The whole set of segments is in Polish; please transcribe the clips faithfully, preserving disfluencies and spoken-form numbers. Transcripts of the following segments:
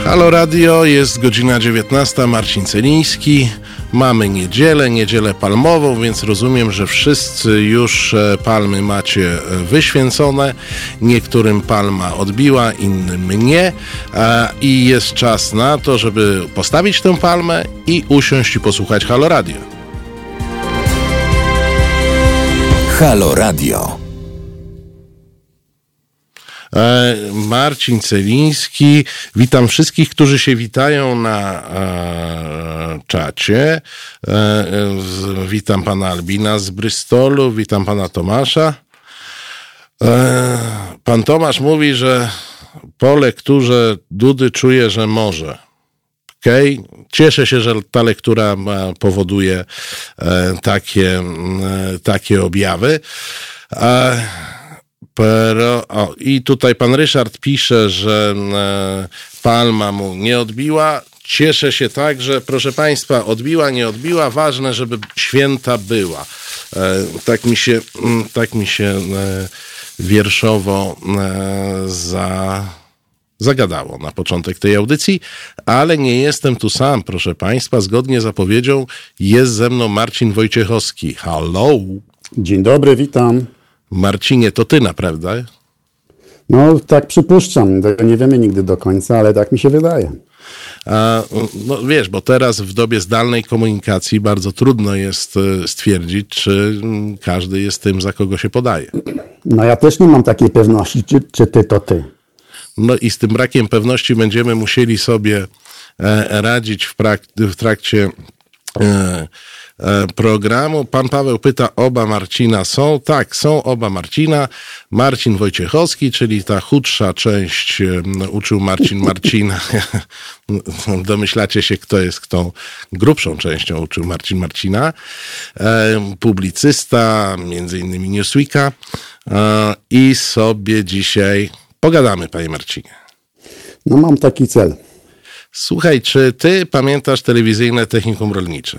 Halo Radio, jest godzina dziewiętnasta, Marcin Celiński. Mamy niedzielę, niedzielę palmową, więc rozumiem, że wszyscy już palmy macie wyświęcone. Niektórym palma odbiła, innym nie. I jest czas na to, żeby postawić tę palmę i usiąść i posłuchać Halo Radio. Halo Radio. Marcin Celiński. Witam wszystkich, którzy się witają na e, czacie. E, witam pana Albina z Bristolu, witam pana Tomasza. E, pan Tomasz mówi, że po lekturze Dudy czuje, że może. Okej, okay. Cieszę się, że ta lektura powoduje e, takie, e, takie objawy. E, Pero, o, i tutaj pan Ryszard pisze, że e, palma mu nie odbiła. Cieszę się także, proszę państwa, odbiła, nie odbiła. Ważne, żeby święta była. E, tak mi się, tak mi się e, wierszowo e, za, zagadało na początek tej audycji, ale nie jestem tu sam, proszę państwa. Zgodnie z zapowiedzią jest ze mną Marcin Wojciechowski. Hello! Dzień dobry, witam. Marcinie, to ty naprawdę? No, tak przypuszczam. Nie wiemy nigdy do końca, ale tak mi się wydaje. A, no wiesz, bo teraz w dobie zdalnej komunikacji bardzo trudno jest stwierdzić, czy każdy jest tym, za kogo się podaje. No ja też nie mam takiej pewności, czy, czy ty to ty. No i z tym brakiem pewności będziemy musieli sobie e, radzić w, prak- w trakcie e, programu. Pan Paweł pyta, oba Marcina są? Tak, są oba Marcina. Marcin Wojciechowski, czyli ta chudsza część, uczył Marcin Marcina. Domyślacie się, kto jest kto grubszą częścią uczył Marcin Marcina. Publicysta, między innymi Newsweeka. I sobie dzisiaj pogadamy, panie Marcinie. No mam taki cel. Słuchaj, czy ty pamiętasz telewizyjne technikum rolnicze?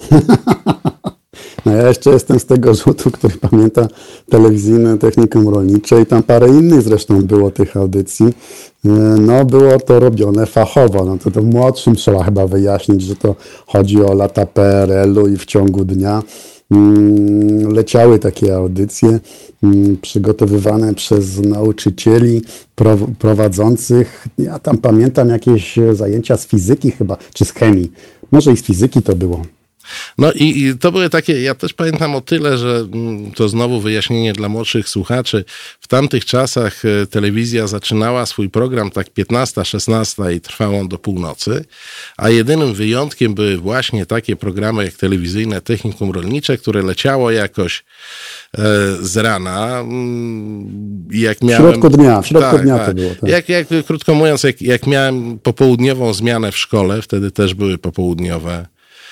No ja jeszcze jestem z tego rzutu, który pamięta telewizyjne technikum rolnicze i tam parę innych zresztą było tych audycji. No było to robione fachowo. No to, to młodszym trzeba chyba wyjaśnić, że to chodzi o lata P R L-u i w ciągu dnia mm, leciały takie audycje mm, przygotowywane przez nauczycieli pro, prowadzących. Ja tam pamiętam jakieś zajęcia z fizyki chyba, czy z chemii. Może i z fizyki to było. No i, i to były takie, ja też pamiętam o tyle, że to znowu wyjaśnienie dla młodszych słuchaczy. W tamtych czasach telewizja zaczynała swój program tak piętnasta, szesnasta i trwał on do północy, a jedynym wyjątkiem były właśnie takie programy jak telewizyjne technikum rolnicze, które leciało jakoś e, z rana. Jak miałem, w środku dnia, w środku tak, dnia tak, to było. Tak. Jak, jak, krótko mówiąc, jak, jak miałem popołudniową zmianę w szkole, wtedy też były popołudniowe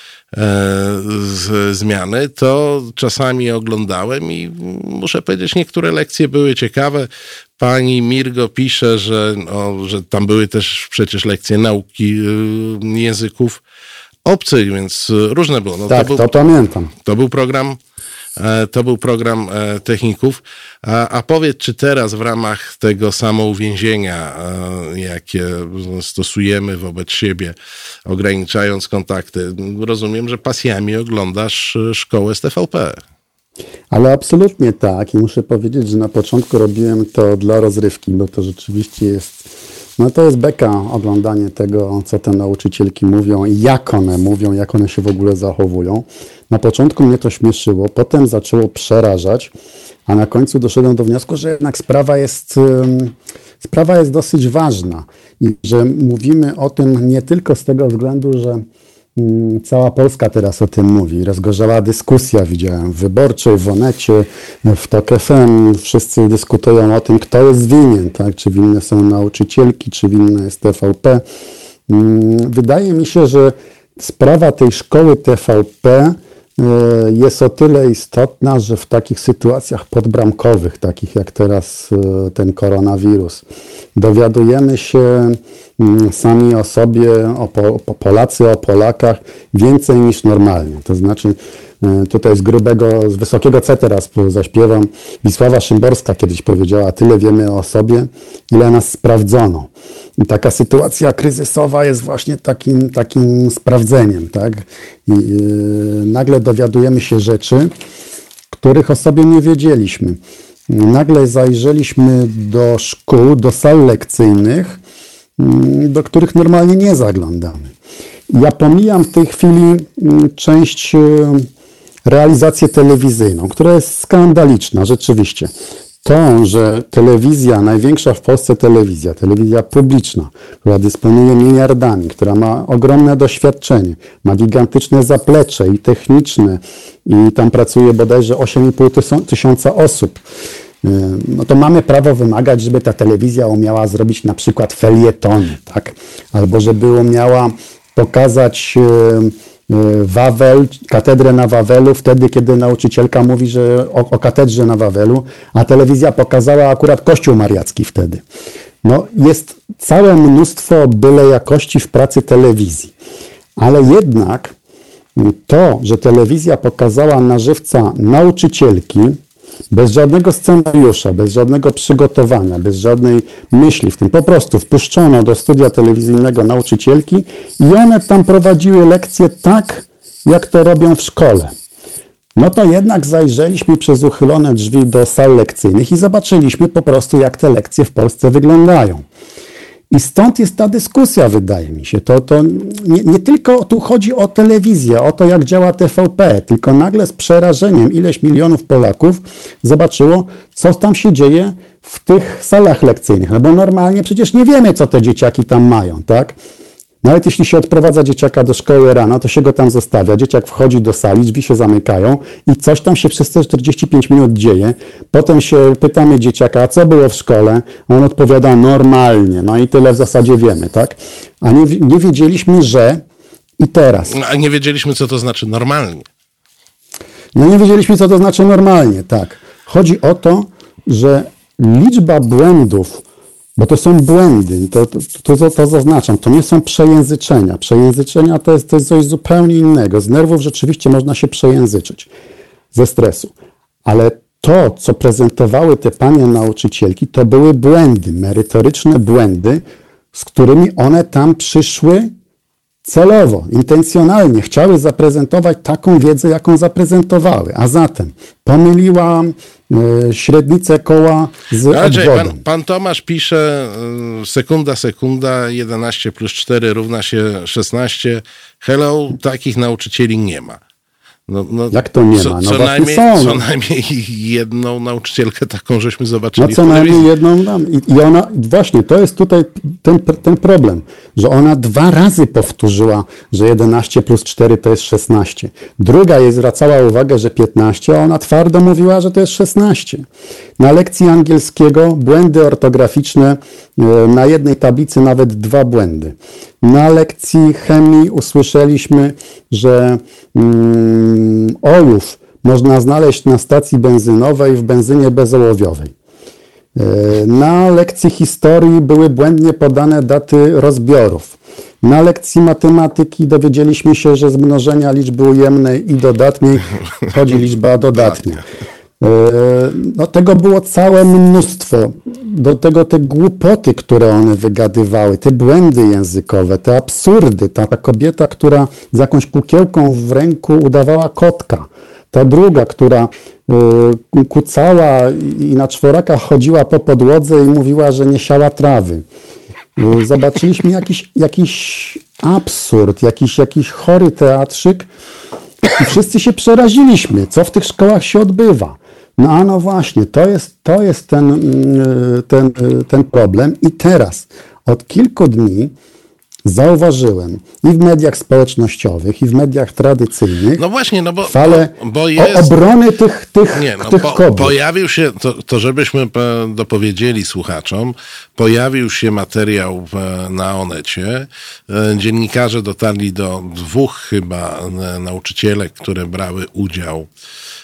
Z, zmiany, to czasami oglądałem i muszę powiedzieć, niektóre lekcje były ciekawe. Pani Mirgo pisze, że, no, że tam były też przecież lekcje nauki y, języków obcych, więc różne było. No, tak, to, był, to pamiętam. To był program To był program techników. A, a powiedz, czy teraz w ramach tego samouwięzienia, jakie stosujemy wobec siebie, ograniczając kontakty, rozumiem, że pasjami oglądasz szkołę z T V P. Ale absolutnie tak i muszę powiedzieć, że na początku robiłem to dla rozrywki, bo to rzeczywiście jest, no to jest beka oglądanie tego, co te nauczycielki mówią i jak one mówią, jak one się w ogóle zachowują. Na początku mnie to śmieszyło, potem zaczęło przerażać, a na końcu doszedłem do wniosku, że jednak sprawa jest, sprawa jest dosyć ważna i że mówimy o tym nie tylko z tego względu, że cała Polska teraz o tym mówi. Rozgorzała dyskusja, widziałem w Wyborczej, w Onecie, w Tok F M. Wszyscy dyskutują o tym, kto jest winien, tak? Czy winne są nauczycielki, czy winna jest T V P. Wydaje mi się, że sprawa tej szkoły T V P jest o tyle istotna, że w takich sytuacjach podbramkowych, takich jak teraz ten koronawirus, dowiadujemy się sami o sobie, o po, Polacy o Polakach więcej niż normalnie. To znaczy Tutaj z grubego, z wysokiego C teraz zaśpiewam. Wisława Szymborska kiedyś powiedziała, tyle wiemy o sobie, ile nas sprawdzono. I taka sytuacja kryzysowa jest właśnie takim, takim sprawdzeniem, tak? I yy, nagle dowiadujemy się rzeczy, których o sobie nie wiedzieliśmy. Nagle zajrzeliśmy do szkół, do sal lekcyjnych, do których normalnie nie zaglądamy. Ja pomijam w tej chwili część realizację telewizyjną, która jest skandaliczna, rzeczywiście. To, że telewizja, największa w Polsce telewizja, telewizja publiczna, która dysponuje miliardami, która ma ogromne doświadczenie, ma gigantyczne zaplecze i techniczne i tam pracuje bodajże osiem i pół tysiąca osób, no to mamy prawo wymagać, żeby ta telewizja umiała zrobić na przykład felietony, tak? Albo żeby umiała pokazać Wawel, katedrę na Wawelu, wtedy, kiedy nauczycielka mówi, że o, o katedrze na Wawelu, a telewizja pokazała akurat Kościół Mariacki wtedy. No, jest całe mnóstwo byle jakości w pracy telewizji. Ale jednak to, że telewizja pokazała na żywca nauczycielki, bez żadnego scenariusza, bez żadnego przygotowania, bez żadnej myśli w tym. Po prostu wpuszczono do studia telewizyjnego nauczycielki i one tam prowadziły lekcje tak, jak to robią w szkole. No to jednak zajrzeliśmy przez uchylone drzwi do sal lekcyjnych i zobaczyliśmy po prostu, jak te lekcje w Polsce wyglądają. I stąd jest ta dyskusja, wydaje mi się. To, to nie, nie tylko tu chodzi o telewizję, o to, jak działa T V P, tylko nagle z przerażeniem ileś milionów Polaków zobaczyło, co tam się dzieje w tych salach lekcyjnych. No bo normalnie przecież nie wiemy, co te dzieciaki tam mają, tak? Nawet jeśli się odprowadza dzieciaka do szkoły rano, to się go tam zostawia. Dzieciak wchodzi do sali, drzwi się zamykają i coś tam się przez te czterdzieści pięć minut dzieje. Potem się pytamy dzieciaka, a co było w szkole? A on odpowiada normalnie. No i tyle w zasadzie wiemy, tak? A nie, nie wiedzieliśmy, że i teraz. A nie wiedzieliśmy, co to znaczy normalnie. No nie wiedzieliśmy, co to znaczy normalnie, tak. Chodzi o to, że liczba błędów, bo to są błędy, to, to, to, to zaznaczam, to nie są przejęzyczenia. Przejęzyczenia to jest, to jest coś zupełnie innego. Z nerwów rzeczywiście można się przejęzyczyć, ze stresu. Ale to, co prezentowały te panie nauczycielki, to były błędy, merytoryczne błędy, z którymi one tam przyszły celowo, intencjonalnie. Chciały zaprezentować taką wiedzę, jaką zaprezentowały. A zatem pomyliła y, średnicę koła z odwodem. Pan, pan Tomasz pisze, y, sekunda, sekunda, jedenaście plus cztery równa się szesnaście. Hello, takich nauczycieli nie ma. No, no, Jak to nie co, ma? No co, najmniej, są. co najmniej jedną nauczycielkę taką, żeśmy zobaczyli. No co najmniej jedną dam. I, I ona, właśnie, to jest tutaj ten, ten problem, że ona dwa razy powtórzyła, że jedenaście plus cztery to jest szesnaście. Druga jej zwracała uwagę, że piętnaście, a ona twardo mówiła, że to jest szesnaście. Na lekcji angielskiego błędy ortograficzne, na jednej tablicy nawet dwa błędy. Na lekcji chemii usłyszeliśmy, że mm, ołów można znaleźć na stacji benzynowej w benzynie bezołowiowej. Na lekcji historii były błędnie podane daty rozbiorów. Na lekcji matematyki dowiedzieliśmy się, że z mnożenia liczby ujemnej i dodatniej chodzi liczba dodatnia. No, tego było całe mnóstwo. Do tego te głupoty, które one wygadywały, te błędy językowe, te absurdy. Ta, ta kobieta, która z jakąś kukiełką w ręku udawała kotka. Ta druga, która y, kucała i na czworakach chodziła po podłodze i mówiła, że nie siała trawy. Y, zobaczyliśmy jakiś, jakiś absurd, jakiś, jakiś chory teatrzyk i wszyscy się przeraziliśmy, co w tych szkołach się odbywa. No a no właśnie, to jest, to jest ten, ten, ten problem. I teraz od kilku dni zauważyłem i w mediach społecznościowych, i w mediach tradycyjnych no właśnie, no bo, falę bo, bo jest... obrony tych, tych, Nie, no tych po, kobiet. Pojawił się, to, to żebyśmy dopowiedzieli słuchaczom, pojawił się materiał na Onecie. Dziennikarze dotarli do dwóch chyba nauczycielek, które brały udział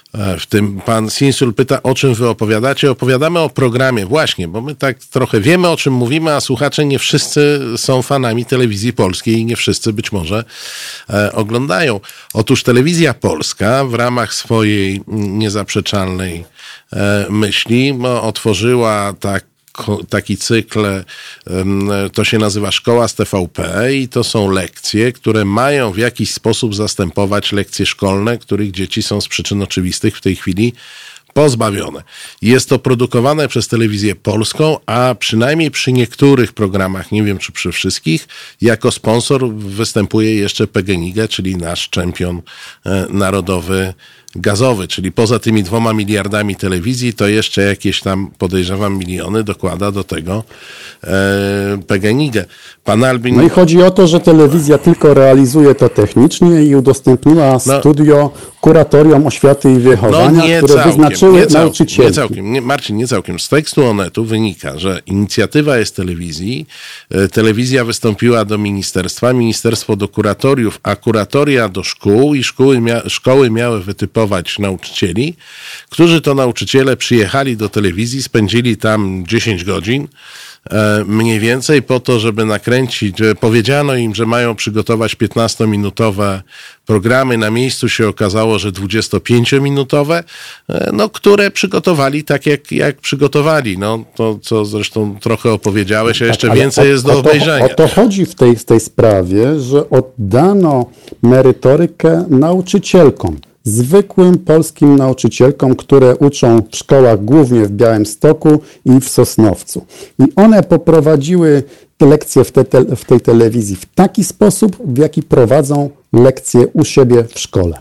W tym pan Sinsul pyta, o czym wy opowiadacie. Opowiadamy o programie, właśnie, bo my tak trochę wiemy, o czym mówimy, a słuchacze nie wszyscy są fanami telewizji polskiej i nie wszyscy być może e, oglądają. Otóż Telewizja Polska w ramach swojej niezaprzeczalnej e, myśli no, otworzyła tak taki cykl, to się nazywa Szkoła z T V P i to są lekcje, które mają w jakiś sposób zastępować lekcje szkolne, których dzieci są z przyczyn oczywistych w tej chwili pozbawione. Jest to produkowane przez Telewizję Polską, a przynajmniej przy niektórych programach, nie wiem czy przy wszystkich, jako sponsor występuje jeszcze P G N I G, czyli nasz czempion narodowy gazowy, czyli poza tymi dwoma miliardami telewizji, to jeszcze jakieś tam, podejrzewam, miliony dokłada do tego e, P G N I G. Pan Albin... No i chodzi o to, że telewizja tylko realizuje to technicznie i udostępniła no, studio kuratorium oświaty i wychowania, no nie które całkiem, wyznaczyły nie całkiem, nauczycielki. Nie całkiem, nie, Marcin, nie całkiem. Z tekstu Onetu wynika, że inicjatywa jest telewizji, e, telewizja wystąpiła do ministerstwa, ministerstwo do kuratoriów, a kuratoria do szkół i szkoły, mia- szkoły miały wytypować nauczycieli, którzy to nauczyciele przyjechali do telewizji, spędzili tam dziesięć godzin, e, mniej więcej po to, żeby nakręcić, że powiedziano im, że mają przygotować piętnastominutowe programy, na miejscu się okazało, że dwudziestopięciominutowe, e, no, które przygotowali tak, jak, jak przygotowali. No, to, co zresztą trochę opowiedziałeś, a jeszcze tak, więcej o, jest do o obejrzenia. To, o to chodzi w tej, w tej sprawie, że oddano merytorykę nauczycielkom. Zwykłym polskim nauczycielkom, które uczą w szkołach głównie w Białymstoku i w Sosnowcu. I one poprowadziły lekcje w, te, w tej telewizji w taki sposób, w jaki prowadzą lekcje u siebie w szkole.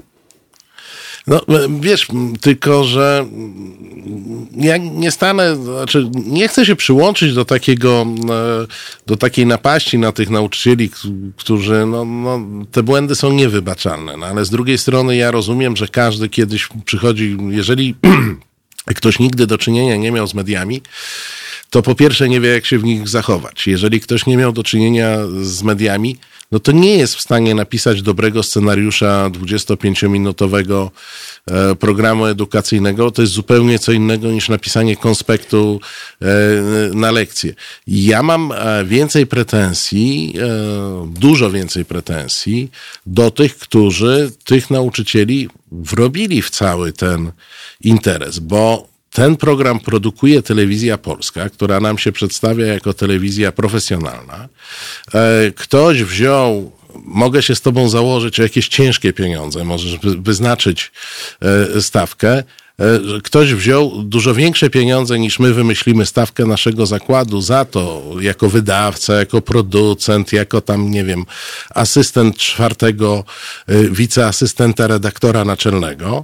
No wiesz, tylko że ja nie stanę, znaczy nie chcę się przyłączyć do takiego, do takiej napaści na tych nauczycieli, którzy, no, no te błędy są niewybaczalne, no, ale z drugiej strony ja rozumiem, że każdy kiedyś przychodzi, jeżeli ktoś nigdy do czynienia nie miał z mediami, to po pierwsze nie wie, jak się w nich zachować. Jeżeli ktoś nie miał do czynienia z mediami, no to nie jest w stanie napisać dobrego scenariusza dwudziestopięciominutowego e, programu edukacyjnego. To jest zupełnie co innego niż napisanie konspektu e, na lekcję. Ja mam więcej pretensji, e, dużo więcej pretensji do tych, którzy tych nauczycieli wrobili w cały ten interes, bo ten program produkuje Telewizja Polska, która nam się przedstawia jako telewizja profesjonalna. Ktoś wziął, mogę się z tobą założyć o jakieś ciężkie pieniądze, możesz wyznaczyć stawkę. Ktoś wziął dużo większe pieniądze niż my wymyślimy stawkę naszego zakładu za to, jako wydawca, jako producent, jako tam, nie wiem, asystent czwartego wiceasystenta redaktora naczelnego.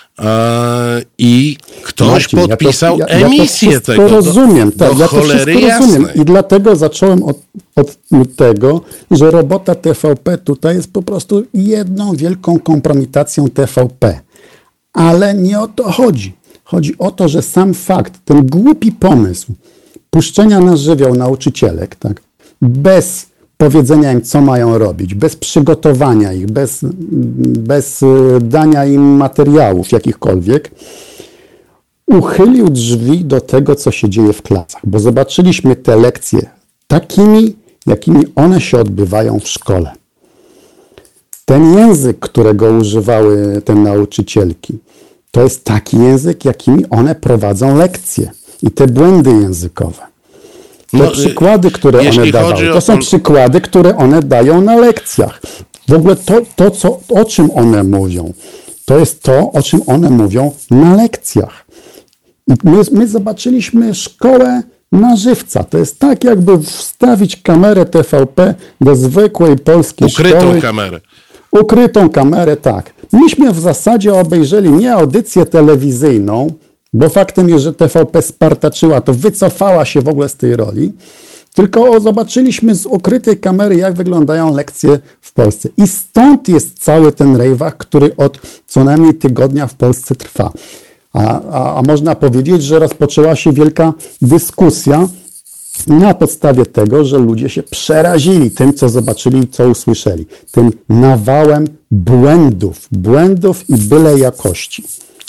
I ktoś Marcin, podpisał ja to, ja, emisję ja to tego. Rozumiem, do, tak, do ja to cholery rozumiem. jasnej. I dlatego zacząłem od, od tego, że robota T V P tutaj jest po prostu jedną wielką kompromitacją T V P. Ale nie o to chodzi. Chodzi o to, że sam fakt, ten głupi pomysł puszczenia na żywioł nauczycielek, tak, bez powiedzenia im, co mają robić, bez przygotowania ich, bez, bez dania im materiałów jakichkolwiek, uchylił drzwi do tego, co się dzieje w klasach. Bo zobaczyliśmy te lekcje takimi, jakimi one się odbywają w szkole. Ten język, którego używały te nauczycielki, to jest taki język, jakimi one prowadzą lekcje. I te błędy językowe. Te no, przykłady, które one dawały, to są o... przykłady, które one dają na lekcjach. W ogóle to, to co, o czym one mówią, to jest to, o czym one mówią na lekcjach. I my, my zobaczyliśmy szkołę na żywca. To jest tak, jakby wstawić kamerę T V P do zwykłej polskiej Ukrytą szkoły. Ukrytą kamerę. Ukrytą kamerę, tak. Myśmy w zasadzie obejrzeli nie audycję telewizyjną, bo faktem jest, że T V P spartaczyła, to wycofała się w ogóle z tej roli, tylko zobaczyliśmy z ukrytej kamery, jak wyglądają lekcje w Polsce. I stąd jest cały ten rejwach, który od co najmniej tygodnia w Polsce trwa. A, a, a można powiedzieć, że rozpoczęła się wielka dyskusja na podstawie tego, że ludzie się przerazili tym, co zobaczyli i co usłyszeli. Tym nawałem błędów, błędów i byle jakości.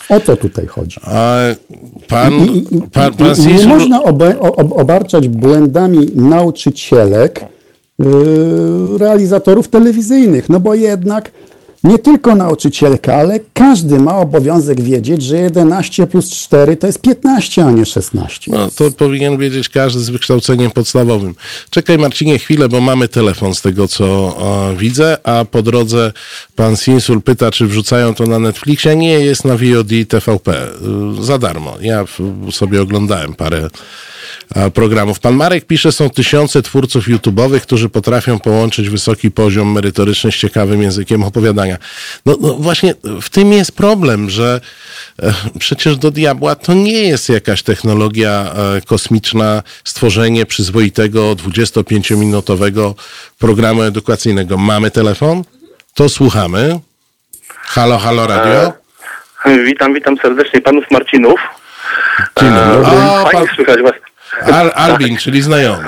O to tutaj chodzi. A pan, I, i, pan, pan i, nie Sinsul... można obe, ob, obarczać błędami nauczycielek yy, realizatorów telewizyjnych, no bo jednak nie tylko nauczycielka, ale każdy ma obowiązek wiedzieć, że jedenaście plus cztery to jest piętnaście, a nie szesnaście. No, to powinien wiedzieć każdy z wykształceniem podstawowym. Czekaj, Marcinie, chwilę, bo mamy telefon z tego, co o, widzę, a po drodze pan Sinsul pyta, czy wrzucają to na Netflixie. Nie, jest na V O D T V P. Y, za darmo. Ja w, sobie oglądałem parę programów. Pan Marek pisze, są tysiące twórców YouTube'owych, którzy potrafią połączyć wysoki poziom merytoryczny z ciekawym językiem opowiadania. No, no właśnie w tym jest problem, że e, przecież do diabła to nie jest jakaś technologia e, kosmiczna, stworzenie przyzwoitego dwudziestopięciominutowego programu edukacyjnego. Mamy telefon? To słuchamy. Halo, halo radio. E, witam, witam serdecznie panów Marcinów. Dzień dobry. E, o, fajnie pan... słychać was. Al, Albin, tak. Czyli znajomy.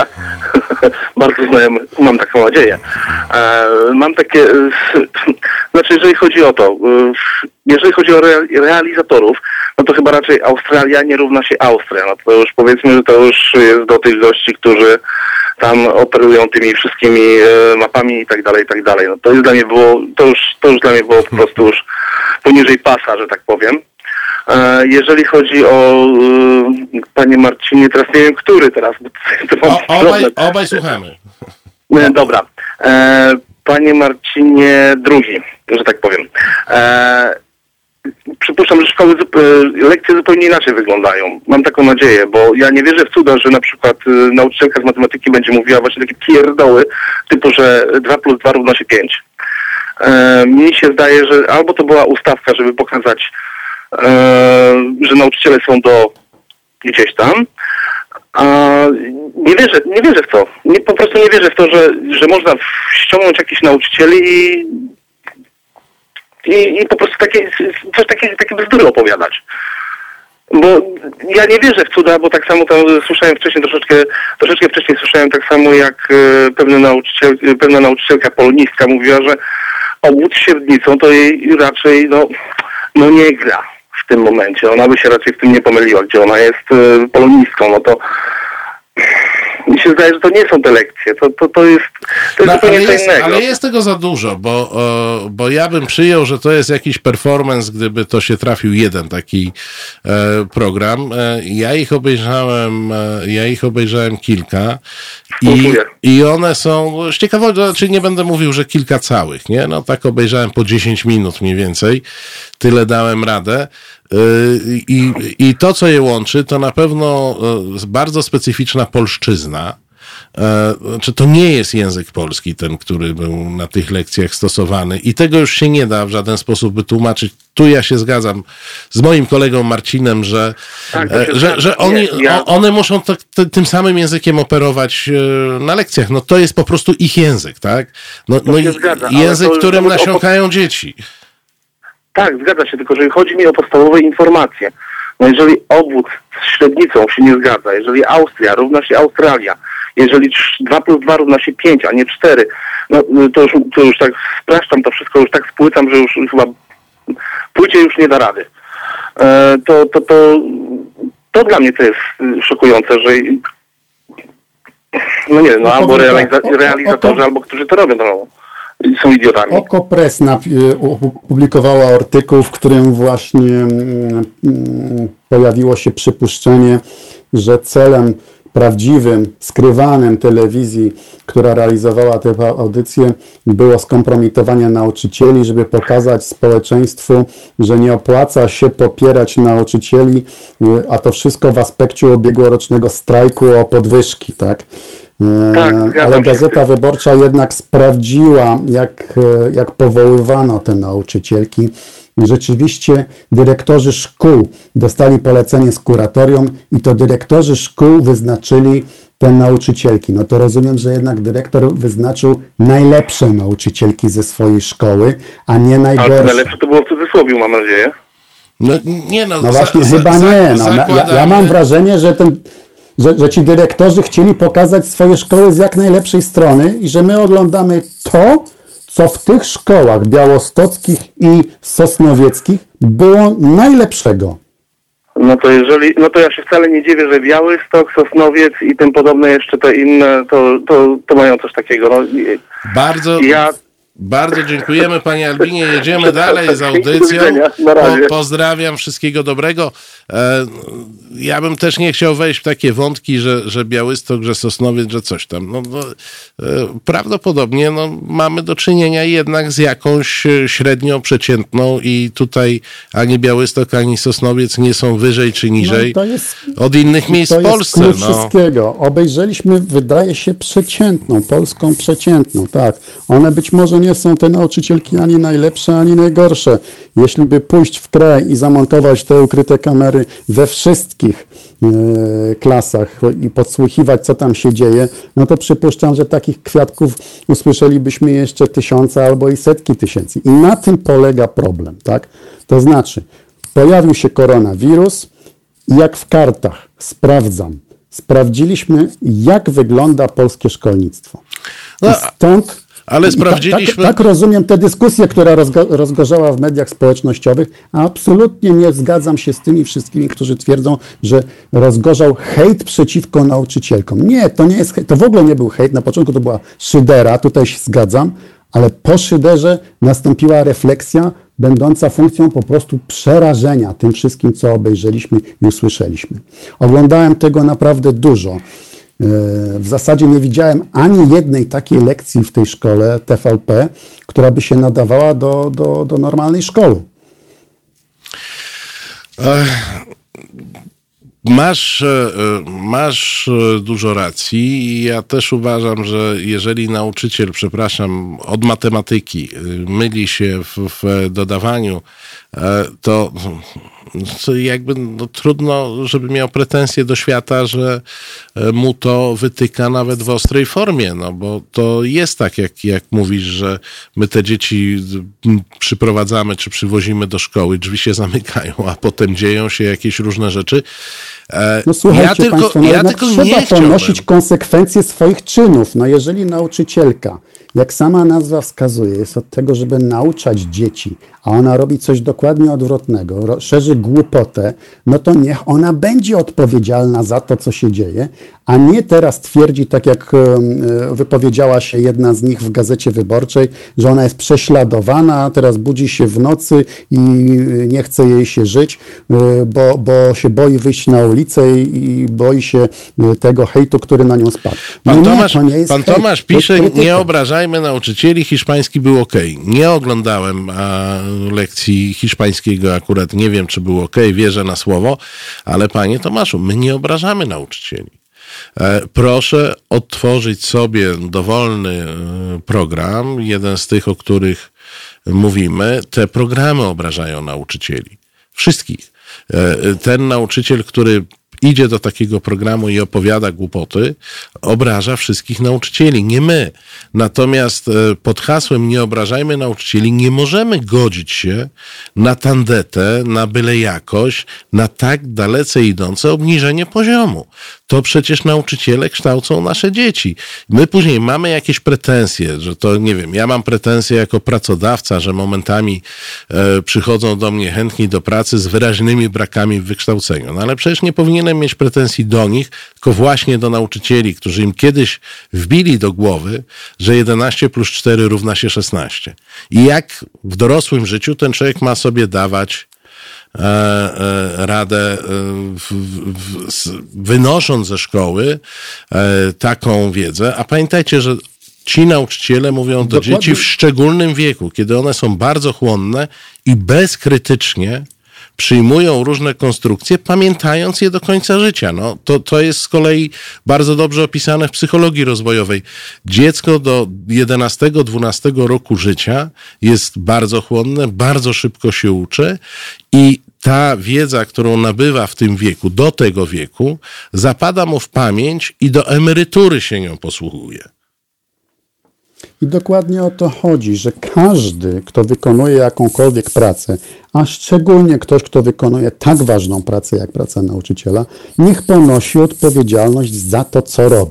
Bardzo znajomy, mam taką nadzieję. E, mam takie, e, znaczy jeżeli chodzi o to, e, jeżeli chodzi o re, realizatorów, no to chyba raczej Australia nie równa się Austria. No to już powiedzmy, że to już jest do tych gości, którzy tam operują tymi wszystkimi e, mapami i tak dalej, i tak dalej. No to już dla mnie było, to już, to już dla mnie było po prostu już poniżej pasa, że tak powiem. Jeżeli chodzi o y, panie Marcinie, teraz nie wiem, który teraz. Bo to o, obaj, obaj słuchamy. Dobra. E, panie Marcinie, drugi, że tak powiem. E, przypuszczam, że szkoły, lekcje zupełnie inaczej wyglądają. Mam taką nadzieję, bo ja nie wierzę w cuda, że na przykład y, nauczycielka z matematyki będzie mówiła właśnie takie pierdoły, typu, że dwa plus dwa równa się pięć. E, mi się zdaje, że albo to była ustawka, żeby pokazać, że nauczyciele są do gdzieś tam. A nie wierzę, nie wierzę w to. Nie, po prostu nie wierzę w to, że, że można ściągnąć jakichś nauczycieli i, i, i po prostu takie, coś takie, takie bzdury opowiadać. Bo ja nie wierzę w cuda, bo tak samo tam słyszałem wcześniej, troszeczkę, troszeczkę wcześniej słyszałem tak samo jak pewna, nauczyciel, pewna nauczycielka polonistka mówiła, że obwód średnicą to jej raczej no, no nie gra w tym momencie. Ona by się raczej w tym nie pomyliła, gdzie ona jest y, polonistką, no to mi się zdaje, że to nie są te lekcje, to, to, to jest, to jest no, zupełnie ale co jest, innego. Ale jest tego za dużo, bo, o, bo ja bym przyjął, że to jest jakiś performance, gdyby to się trafił jeden taki e, program. E, ja ich obejrzałem, e, ja ich obejrzałem kilka i, i one są z ciekawości, znaczy nie będę mówił, że kilka całych, nie? No tak obejrzałem po dziesięć minut mniej więcej, tyle dałem radę. I, I to, co je łączy, to na pewno bardzo specyficzna polszczyzna. Czy to nie jest język polski, ten, który był na tych lekcjach stosowany i tego już się nie da w żaden sposób wytłumaczyć. Tu ja się zgadzam z moim kolegą Marcinem, że, tak, że, że oni, nie, ja... one muszą to, to, tym samym językiem operować na lekcjach. No to jest po prostu ich język, tak? No, no i zgadza, język, to, którym to, nasiąkają o... dzieci. Tak, zgadza się, tylko że chodzi mi o podstawowe informacje. No jeżeli obwód z średnicą się nie zgadza, jeżeli Austria równa się Australia, jeżeli dwa plus dwa równa się pięć, a nie cztery, no to już, to już tak spraszczam to wszystko, już tak spłycam, że już, już chyba płycie już nie da rady. E, to, to, to, to dla mnie to jest szokujące, że no nie wiem, no albo realiza- realizatorzy, albo którzy to robią, no. Są idiotami. Oko Press opublikowała artykuł, w którym właśnie pojawiło się przypuszczenie, że celem prawdziwym, skrywanym telewizji, która realizowała tę audycję, było skompromitowanie nauczycieli, żeby pokazać społeczeństwu, że nie opłaca się popierać nauczycieli, a to wszystko w aspekcie ubiegłorocznego strajku o podwyżki, tak? Tak, ale Gazeta Wyborcza jednak sprawdziła, jak, jak powoływano te nauczycielki. Rzeczywiście dyrektorzy szkół dostali polecenie z kuratorium i to dyrektorzy szkół wyznaczyli te nauczycielki. No to rozumiem, że jednak dyrektor wyznaczył najlepsze nauczycielki ze swojej szkoły, a nie najgorsze. Ale to najlepsze to było w cudzysłowie, mam nadzieję. No, nie, no, no właśnie, za, chyba za, nie. No, ja, ja mam wrażenie, że ten... Że, że ci dyrektorzy chcieli pokazać swoje szkoły z jak najlepszej strony i że my oglądamy to, co w tych szkołach białostockich i sosnowieckich było najlepszego. No to jeżeli, no to ja się wcale nie dziwię, że Białystok, Sosnowiec i tym podobne jeszcze te inne, to, to, to mają coś takiego. No, Bardzo... ja... Bardzo dziękujemy Panie Albinie. Jedziemy dalej z audycją. Po, pozdrawiam, wszystkiego dobrego. E, ja bym też nie chciał wejść w takie wątki, że, że Białystok, że Sosnowiec, że coś tam. No, no, e, prawdopodobnie no, mamy do czynienia jednak z jakąś średnią przeciętną i tutaj ani Białystok, ani Sosnowiec nie są wyżej czy niżej no, to jest, od innych miejsc to w Polsce. To jest no. wszystkiego. Obejrzeliśmy, wydaje się, przeciętną, polską przeciętną. Tak, one być może nie są te nauczycielki ani najlepsze, ani najgorsze. Jeśli by pójść w kraj i zamontować te ukryte kamery we wszystkich e, klasach i podsłuchiwać, co tam się dzieje, no to przypuszczam, że takich kwiatków usłyszelibyśmy jeszcze tysiące albo i setki tysięcy. I na tym polega problem, tak? To znaczy, pojawił się koronawirus i jak w kartach, sprawdzam, sprawdziliśmy, jak wygląda polskie szkolnictwo. I stąd Ale sprawdziliśmy... Tak, tak rozumiem tę dyskusję, która rozgo, rozgorzała w mediach społecznościowych, a absolutnie nie zgadzam się z tymi wszystkimi, którzy twierdzą, że rozgorzał hejt przeciwko nauczycielkom. Nie, to nie jest hejt, to w ogóle nie był hejt, na początku to była szydera, tutaj się zgadzam, ale po szyderze nastąpiła refleksja będąca funkcją po prostu przerażenia tym wszystkim, co obejrzeliśmy i usłyszeliśmy. Oglądałem tego naprawdę dużo. W zasadzie nie widziałem ani jednej takiej lekcji w tej szkole T V P, która by się nadawała do, do, do normalnej szkoły. Masz, masz dużo racji. Ja też uważam, że jeżeli nauczyciel, przepraszam, od matematyki myli się w, w dodawaniu, to, to jakby no, trudno, żeby miał pretensje do świata, że mu to wytyka nawet w ostrej formie, no bo to jest tak, jak, jak mówisz, że my te dzieci przyprowadzamy czy przywozimy do szkoły, drzwi się zamykają, a potem dzieją się jakieś różne rzeczy. No słuchajcie ja tylko, Państwo, no ja tylko trzeba nie ponosić konsekwencje swoich czynów. No jeżeli nauczycielka, jak sama nazwa wskazuje, jest od tego, żeby nauczać dzieci, a ona robi coś dokładnie odwrotnego, szerzy głupotę, no to niech ona będzie odpowiedzialna za to, co się dzieje, a nie teraz twierdzi, tak jak wypowiedziała się jedna z nich w Gazecie Wyborczej, że ona jest prześladowana, a teraz budzi się w nocy i nie chce jej się żyć, bo, bo się boi wyjść na ulicę i boi się tego hejtu, który na nią spadł. No pan nie, Tomasz, to nie jest pan hejt, Tomasz pisze, nie obrażajmy nauczycieli, hiszpański był okej. Nie oglądałem a, lekcji hiszpańskiego akurat, nie wiem, czy był okej, wierzę na słowo, ale panie Tomaszu, my nie obrażamy nauczycieli. Proszę odtworzyć sobie dowolny program, jeden z tych, o których mówimy. Te programy obrażają nauczycieli. Wszystkich. Ten nauczyciel, który idzie do takiego programu i opowiada głupoty, obraża wszystkich nauczycieli, nie my. Natomiast pod hasłem nie obrażajmy nauczycieli nie możemy godzić się na tandetę, na byle jakość, na tak dalece idące obniżenie poziomu. To przecież nauczyciele kształcą nasze dzieci. My później mamy jakieś pretensje, że to, nie wiem, ja mam pretensje jako pracodawca, że momentami e, przychodzą do mnie chętni do pracy z wyraźnymi brakami w wykształceniu. No ale przecież nie powinienem mieć pretensji do nich, tylko właśnie do nauczycieli, którzy im kiedyś wbili do głowy, że jedenaście plus cztery równa się szesnaście. I jak w dorosłym życiu ten człowiek ma sobie dawać E, e, radę, e, w, w, z, wynosząc ze szkoły e, taką wiedzę. A pamiętajcie, że ci nauczyciele mówią do Dokładnie. dzieci w szczególnym wieku, kiedy one są bardzo chłonne i bezkrytycznie przyjmują różne konstrukcje, pamiętając je do końca życia. No, to, to jest z kolei bardzo dobrze opisane w psychologii rozwojowej. Dziecko do jedenastego dwunastego roku życia jest bardzo chłonne, bardzo szybko się uczy i ta wiedza, którą nabywa w tym wieku, do tego wieku, zapada mu w pamięć i do emerytury się nią posługuje. I dokładnie o to chodzi, że każdy, kto wykonuje jakąkolwiek pracę, a szczególnie ktoś, kto wykonuje tak ważną pracę jak praca nauczyciela, niech ponosi odpowiedzialność za to, co robi.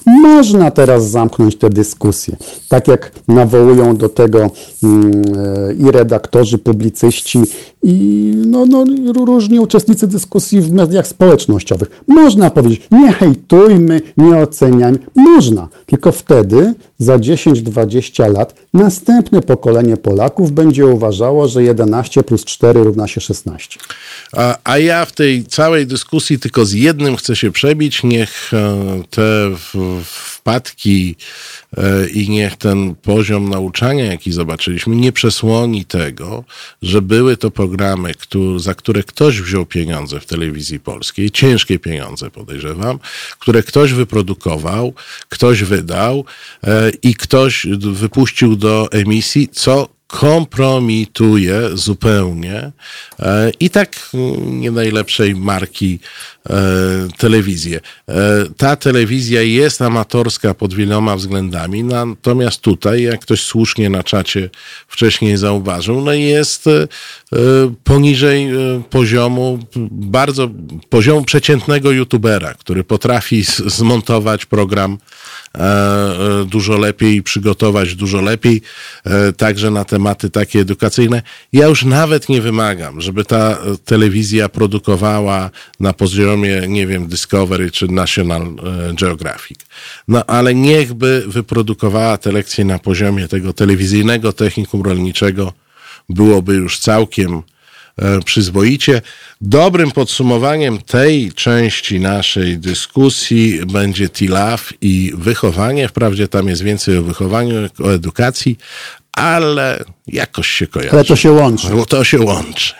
Można teraz zamknąć te dyskusje. Tak jak nawołują do tego i redaktorzy, publicyści, i no, no, różni uczestnicy dyskusji w mediach społecznościowych. Można powiedzieć, nie hejtujmy, nie oceniajmy. Można, tylko wtedy za dziesięć dwadzieścia lat następne pokolenie Polaków będzie uważało, że jedenaście plus cztery równa się szesnaście. A, a ja w tej całej dyskusji tylko z jednym chcę się przebić. Niech te wpadki i niech ten poziom nauczania, jaki zobaczyliśmy, nie przesłoni tego, że były to programy, który, za które ktoś wziął pieniądze w telewizji polskiej, ciężkie pieniądze podejrzewam, które ktoś wyprodukował, ktoś wydał i ktoś wypuścił do emisji, co kompromituje zupełnie i tak nie najlepszej marki telewizję. Ta telewizja jest amatorska pod wieloma względami, natomiast tutaj, jak ktoś słusznie na czacie wcześniej zauważył, no jest poniżej poziomu, bardzo poziomu przeciętnego youtubera, który potrafi zmontować program dużo lepiej, przygotować dużo lepiej, także na tematy takie edukacyjne. Ja już nawet nie wymagam, żeby ta telewizja produkowała na poziomie, nie wiem, Discovery czy National Geographic. No ale niechby wyprodukowała te lekcje na poziomie tego telewizyjnego technikum rolniczego, byłoby już całkiem przyzwoicie. Dobrym podsumowaniem tej części naszej dyskusji będzie T I L A F i wychowanie. Wprawdzie tam jest więcej o wychowaniu, o edukacji, ale jakoś się kojarzy. Ale to się łączy. Bo to się łączy.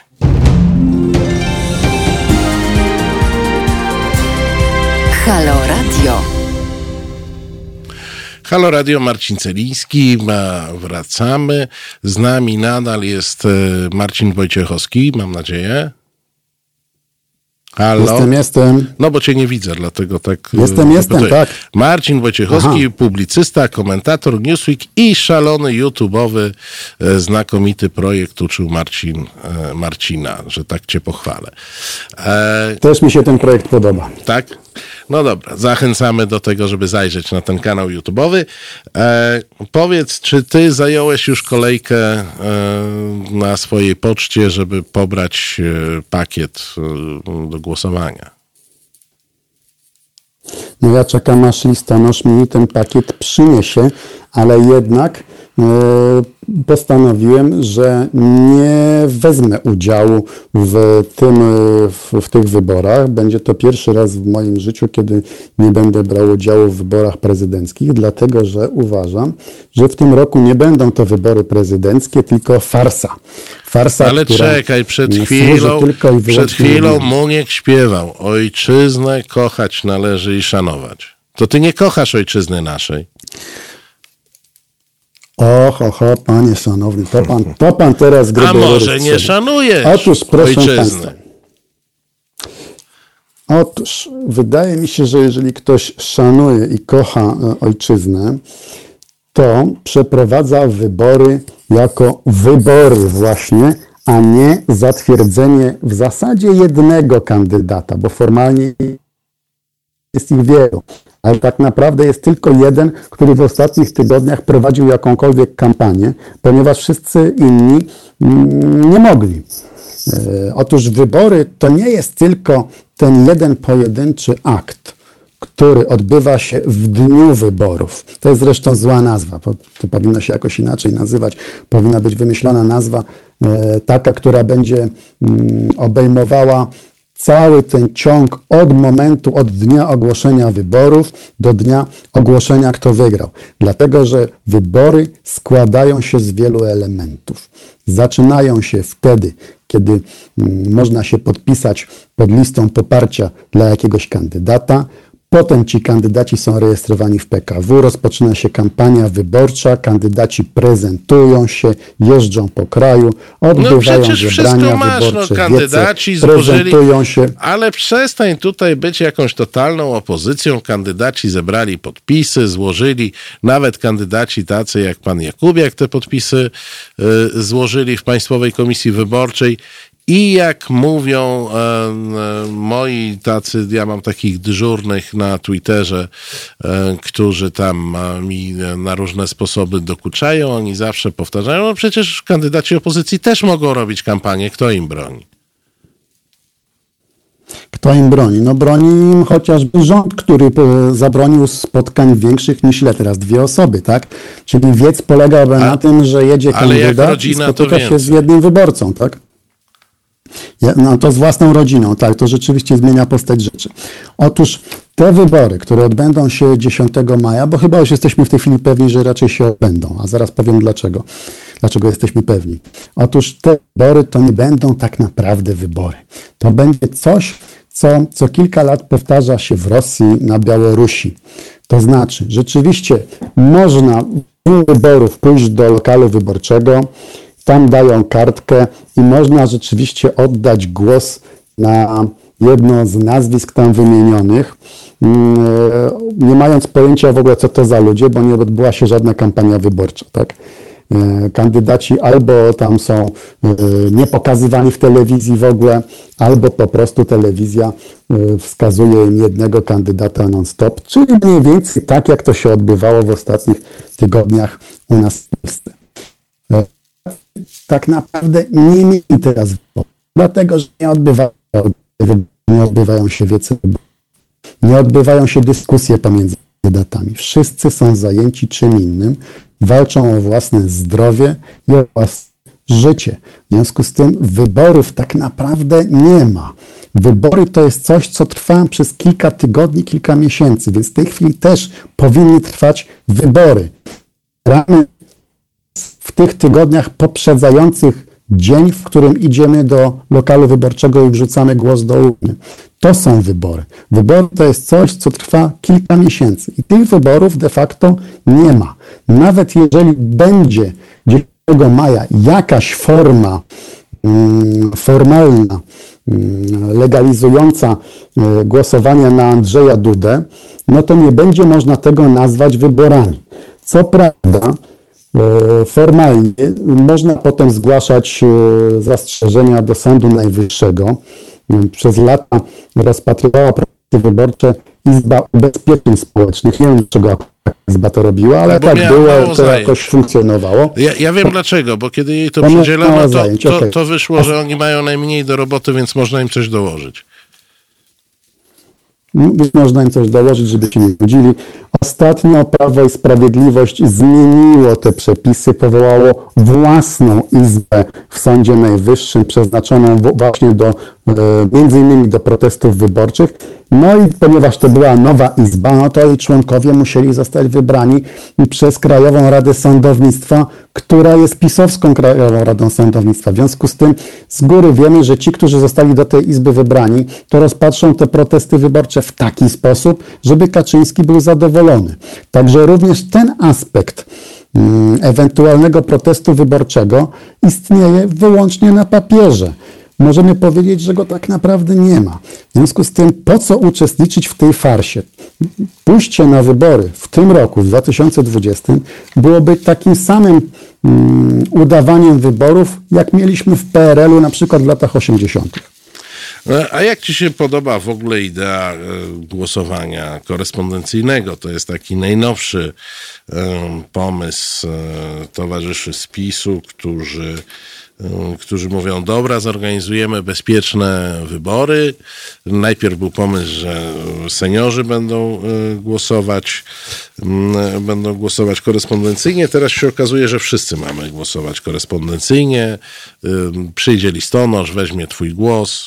Halo Radio. Halo Radio, Marcin Celiński, wracamy. Z nami nadal jest Marcin Wojciechowski, mam nadzieję. Halo? Jestem, jestem. No bo cię nie widzę, dlatego tak... Jestem, jestem, tutaj. tak. Marcin Wojciechowski, Aha. publicysta, komentator Newsweek i szalony YouTube'owy, znakomity projekt uczył Marcin, Marcina, że tak cię pochwalę. E... Też mi się ten projekt podoba. Tak? No dobra, zachęcamy do tego, żeby zajrzeć na ten kanał YouTube'owy. E, powiedz, czy ty zająłeś już kolejkę e, na swojej poczcie, żeby pobrać e, pakiet e, do głosowania? No ja czekam, aż listonosz mi ten pakiet przyniesie, ale jednak e, postanowiłem, że nie wezmę udziału w, tym, w, w tych wyborach. Będzie to pierwszy raz w moim życiu, kiedy nie będę brał udziału w wyborach prezydenckich, dlatego że uważam, że w tym roku nie będą to wybory prezydenckie, tylko farsa. Farsa, ale która czekaj, przed chwilą, tylko i przed chwilą Muniek śpiewał: ojczyznę kochać należy i szanować. To ty nie kochasz ojczyzny naszej. Och, oho, panie szanowny, to pan, to pan teraz grubo. A może nie szanujesz Otóż, proszę ojczyzny? Państwa, otóż, wydaje mi się, że jeżeli ktoś szanuje i kocha ojczyznę, to przeprowadza wybory jako wybory właśnie, a nie zatwierdzenie w zasadzie jednego kandydata, bo formalnie jest ich wielu. Ale tak naprawdę jest tylko jeden, który w ostatnich tygodniach prowadził jakąkolwiek kampanię, ponieważ wszyscy inni nie mogli. Otóż wybory to nie jest tylko ten jeden pojedynczy akt, który odbywa się w dniu wyborów. To jest zresztą zła nazwa, bo to powinno się jakoś inaczej nazywać. Powinna być wymyślona nazwa taka, która będzie obejmowała cały ten ciąg od momentu, od dnia ogłoszenia wyborów do dnia ogłoszenia, kto wygrał. Dlatego, że wybory składają się z wielu elementów. Zaczynają się wtedy, kiedy można się podpisać pod listą poparcia dla jakiegoś kandydata. Potem ci kandydaci są rejestrowani w P K W, rozpoczyna się kampania wyborcza, kandydaci prezentują się, jeżdżą po kraju, odbywają no przecież zebrania masz, wyborcze, no, kandydaci wiece, złożyli, prezentują się. Ale przestań tutaj być jakąś totalną opozycją. Kandydaci zebrali podpisy, złożyli, nawet kandydaci tacy jak pan Jakubiak te podpisy y, złożyli w Państwowej Komisji Wyborczej. I jak mówią e, e, moi tacy, ja mam takich dyżurnych na Twitterze, e, którzy tam e, mi na różne sposoby dokuczają, oni zawsze powtarzają, no przecież kandydaci opozycji też mogą robić kampanię, kto im broni? Kto im broni? No broni im chociażby rząd, który zabronił spotkań większych niż ile teraz? Dwie osoby, tak? Czyli wiec polegałby A, na tym, że jedzie kandydat i spotyka się z jednym wyborcą, tak? No to z własną rodziną, tak, to rzeczywiście zmienia postać rzeczy. Otóż te wybory, które odbędą się dziesiątego maja, bo chyba już jesteśmy w tej chwili pewni, że raczej się odbędą, a zaraz powiem dlaczego. Dlaczego jesteśmy pewni. Otóż te wybory to nie będą tak naprawdę wybory. To będzie coś, co co kilka lat powtarza się w Rosji, na Białorusi. To znaczy, rzeczywiście można w wyborów pójść do lokalu wyborczego, tam dają kartkę i można rzeczywiście oddać głos na jedno z nazwisk tam wymienionych, nie mając pojęcia w ogóle, co to za ludzie, bo nie odbyła się żadna kampania wyborcza, tak? Kandydaci albo tam są niepokazywani w telewizji w ogóle, albo po prostu telewizja wskazuje im jednego kandydata non-stop, czyli mniej więcej tak, jak to się odbywało w ostatnich tygodniach u nas w Polsce. Tak naprawdę nie mieli teraz wyborów, dlatego że nie odbywają, nie odbywają się wiece, nie odbywają się dyskusje pomiędzy kandydatami. Wszyscy są zajęci czym innym, walczą o własne zdrowie i o własne życie. W związku z tym wyborów tak naprawdę nie ma. Wybory to jest coś, co trwa przez kilka tygodni, kilka miesięcy, więc w tej chwili też powinny trwać wybory. Gramy w tych tygodniach poprzedzających dzień, w którym idziemy do lokalu wyborczego i wrzucamy głos do urny. To są wybory. Wybory to jest coś, co trwa kilka miesięcy i tych wyborów de facto nie ma. Nawet jeżeli będzie dziesiątego maja jakaś forma mm, formalna, mm, legalizująca y, głosowanie na Andrzeja Dudę, no to nie będzie można tego nazwać wyborami. Co prawda, formalnie można potem zgłaszać zastrzeżenia do Sądu Najwyższego. Przez lata rozpatrywała procesy wyborcze Izba Ubezpieczeń Społecznych. Nie wiem, dlaczego Izba to robiła, ale tak było, to jakoś funkcjonowało. Ja, ja wiem dlaczego, bo kiedy jej to przydzielono, to, to, to wyszło, że oni mają najmniej do roboty, więc można im coś dołożyć. Można im coś dołożyć, żeby się nie nudzili. Ostatnio Prawo i Sprawiedliwość zmieniło te przepisy, powołało własną izbę w Sądzie Najwyższym, przeznaczoną właśnie do, między innymi do protestów wyborczych. No i ponieważ to była nowa izba, no to jej członkowie musieli zostać wybrani przez Krajową Radę Sądownictwa, która jest pisowską Krajową Radą Sądownictwa. W związku z tym z góry wiemy, że ci, którzy zostali do tej izby wybrani, to rozpatrzą te protesty wyborcze w taki sposób, żeby Kaczyński był zadowolony. Także również ten aspekt mm, ewentualnego protestu wyborczego istnieje wyłącznie na papierze. Możemy powiedzieć, że go tak naprawdę nie ma. W związku z tym, po co uczestniczyć w tej farsie? Pójście na wybory w tym roku, w dwa tysiące dwudziestym, byłoby takim samym um, udawaniem wyborów, jak mieliśmy w P R L u na przykład w latach osiemdziesiątych. A jak ci się podoba w ogóle idea głosowania korespondencyjnego? To jest taki najnowszy pomysł towarzyszy z PiSu, którzy którzy mówią, dobra, zorganizujemy bezpieczne wybory. Najpierw był pomysł, że seniorzy będą głosować, będą głosować korespondencyjnie. Teraz się okazuje, że wszyscy mamy głosować korespondencyjnie. Przyjdzie listonosz, weźmie twój głos.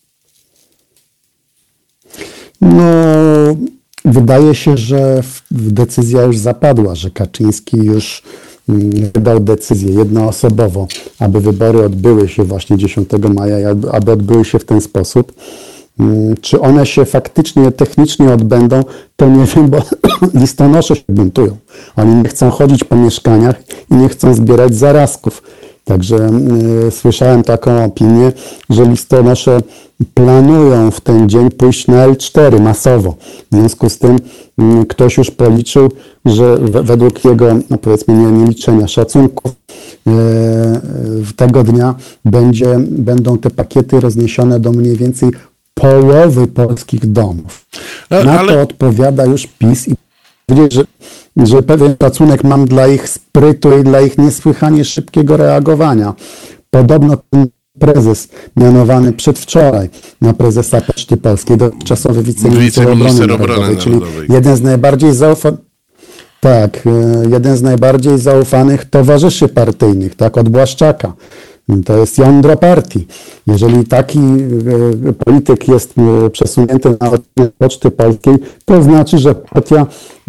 No, wydaje się, że decyzja już zapadła, że Kaczyński już wydał decyzję jednoosobowo, aby wybory odbyły się właśnie dziesiątego maja, aby odbyły się w ten sposób. Czy one się faktycznie, technicznie odbędą, to nie wiem, bo listonosze się buntują. Oni nie chcą chodzić po mieszkaniach i nie chcą zbierać zarazków. Także y, słyszałem taką opinię, że listonosze planują w ten dzień pójść na L cztery masowo. W związku z tym y, ktoś już policzył, że w, według jego, no powiedzmy, nie, nie liczenia, szacunków, y, y, tego dnia będzie, będą te pakiety rozniesione do mniej więcej połowy polskich domów. No, na ale... to odpowiada już PiS i powiedzieć, że, że pewien szacunek mam dla ich sprytu i dla ich niesłychanie szybkiego reagowania. Podobno ten prezes mianowany przedwczoraj na prezesa Poczty Polskiej, dotychczasowy wiceminister obrony narodowej, czyli jeden z najbardziej zaufanych, tak, jeden z najbardziej zaufanych towarzyszy partyjnych, tak, od Błaszczaka. To jest jądro partii. Jeżeli taki e, polityk jest e, przesunięty na Poczty Polskiej, to znaczy, że partia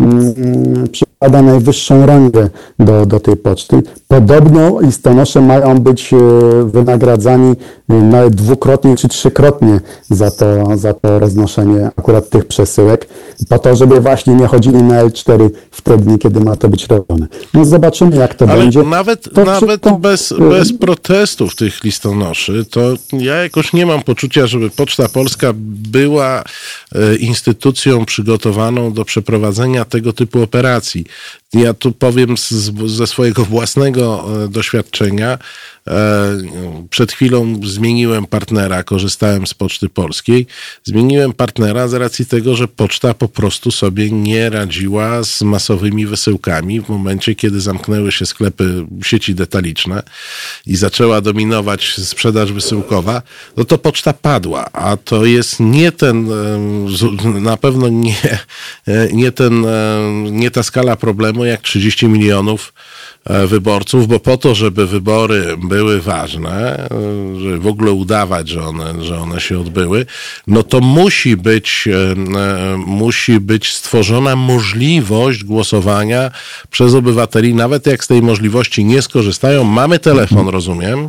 mm, przykłada najwyższą rangę do, do tej poczty. Podobno listonosze mają być e, wynagradzani e, nawet dwukrotnie czy trzykrotnie za to, za to roznoszenie akurat tych przesyłek, po to, żeby właśnie nie chodzili na L cztery w te dni, kiedy ma to być robione. No zobaczymy, jak to Ale będzie. nawet, to nawet to, bez, bez protestów tych listonoszy, to ja jakoś nie mam poczucia, żeby Poczta Polska była e, instytucją przygotowaną do przeprowadzenia tego typu operacji. Ja tu powiem z, ze swojego własnego e, doświadczenia. E, przed chwilą zmieniłem partnera, korzystałem z Poczty Polskiej. Zmieniłem partnera z racji tego, że poczta po prostu sobie nie radziła z masowymi wysyłkami w momencie, kiedy zamknęły się sklepy sieci detaliczne i zaczęła dominować sprzedaż wysyłkowa, no to poczta padła, a to jest nie ten, na pewno nie, nie ten, nie ta skala problemu jak trzydzieści milionów wyborców, bo po to, żeby wybory były ważne, żeby w ogóle udawać, że one, że one się odbyły, no to musi być, musi być stworzona możliwość głosowania przez obywateli, nawet jak z tej możliwości nie skorzystają. Mamy telefon, rozumiem?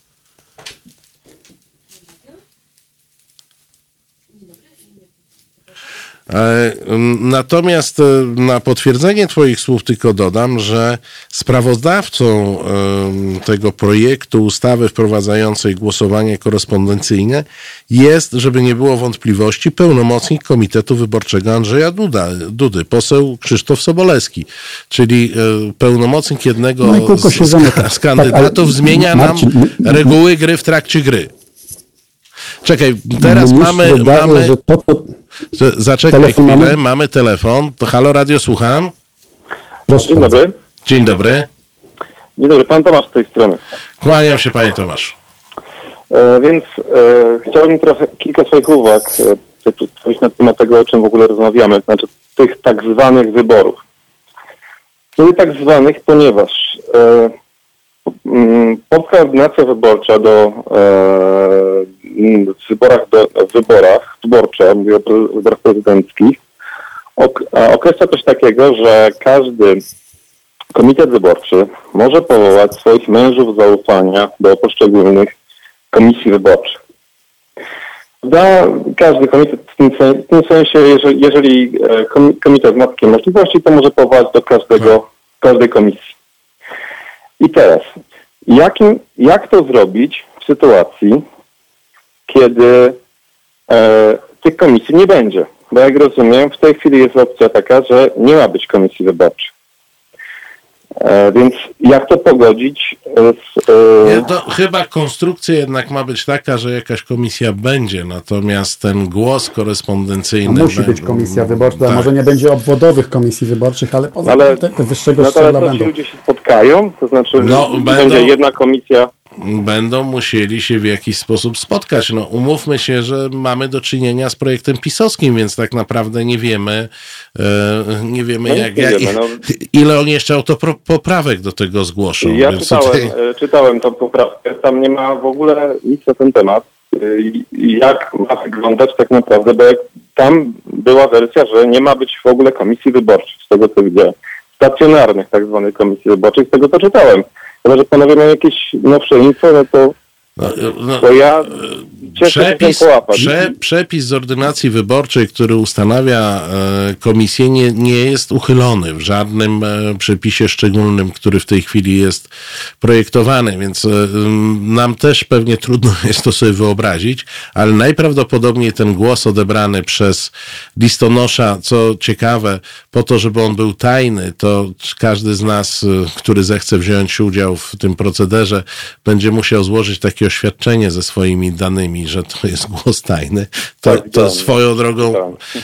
Natomiast na potwierdzenie twoich słów tylko dodam, że sprawozdawcą tego projektu ustawy wprowadzającej głosowanie korespondencyjne jest, żeby nie było wątpliwości, pełnomocnik Komitetu Wyborczego Andrzeja Duda, Dudy, poseł Krzysztof Sobolewski, czyli pełnomocnik jednego no z, z, z kandydatów tak, zmienia nam Marcin, reguły gry w trakcie gry. Czekaj, teraz mamy... Wydaje, mamy... że to, to... Zaczekaj chwilę, mamy? mamy telefon. To Halo Radio, słucham. Proszę Dzień bardzo. dobry. Dzień dobry. Dzień dobry, pan Tomasz z tej strony. Kłaniam się, panie Tomasz. E, więc e, chciałbym trochę kilka swoich uwag e, przedstawić na temat tego, o czym w ogóle rozmawiamy, znaczy tych tak zwanych wyborów. Czyli tak zwanych, ponieważ e, Polska Ordynacja Wyborcza do, e, w wyborach, do, w wyborach wyborcza, mówię o wyborach prezydenckich, ok, określa coś takiego, że każdy komitet wyborczy może powołać swoich mężów zaufania do poszczególnych komisji wyborczych. Da każdy komitet w tym, w tym sensie, jeżeli, jeżeli komitet ma takie możliwości, to może powołać do każdego, każdej komisji. I teraz, jakim, jak to zrobić w sytuacji, kiedy e, tych komisji nie będzie? Bo jak rozumiem, w tej chwili jest opcja taka, że nie ma być komisji wyborczych. E, więc jak to pogodzić z... E... Nie, to chyba konstrukcja jednak ma być taka, że jakaś komisja będzie, natomiast ten głos korespondencyjny... No musi być komisja wyborcza, tak. Może nie będzie obwodowych komisji wyborczych, ale poza ale, tym te wyższego no szczebla ale będą. ludzie się spotkają, to znaczy no, będzie będą... jedna komisja... Będą musieli się w jakiś sposób spotkać. No, umówmy się, że mamy do czynienia z projektem pisowskim, więc tak naprawdę nie wiemy, e, nie wiemy, no jak, nie wiemy jak, no. ile oni jeszcze autopoprawek do tego zgłoszą. Ja więc czytałem, tutaj... czytałem tą poprawkę, tam nie ma w ogóle nic na ten temat, jak ma wyglądać tak naprawdę, bo tam była wersja, że nie ma być w ogóle komisji wyborczych, z tego co widziałem, stacjonarnych tak zwanych komisji wyborczych, z tego co czytałem. Chyba że panowie mają jakieś nowsze info, no to... No, Bo ja Przepis, prze, przepis z ordynacji wyborczej, który ustanawia e, komisję, nie, nie jest uchylony w żadnym e, przepisie szczególnym, który w tej chwili jest projektowany, więc e, nam też pewnie trudno jest to sobie wyobrazić, ale najprawdopodobniej ten głos odebrany przez listonosza, co ciekawe, po to, żeby on był tajny, to każdy z nas, który zechce wziąć udział w tym procederze, będzie musiał złożyć takie oświadczenie ze swoimi danymi, że to jest głos tajny, to, to swoją drogą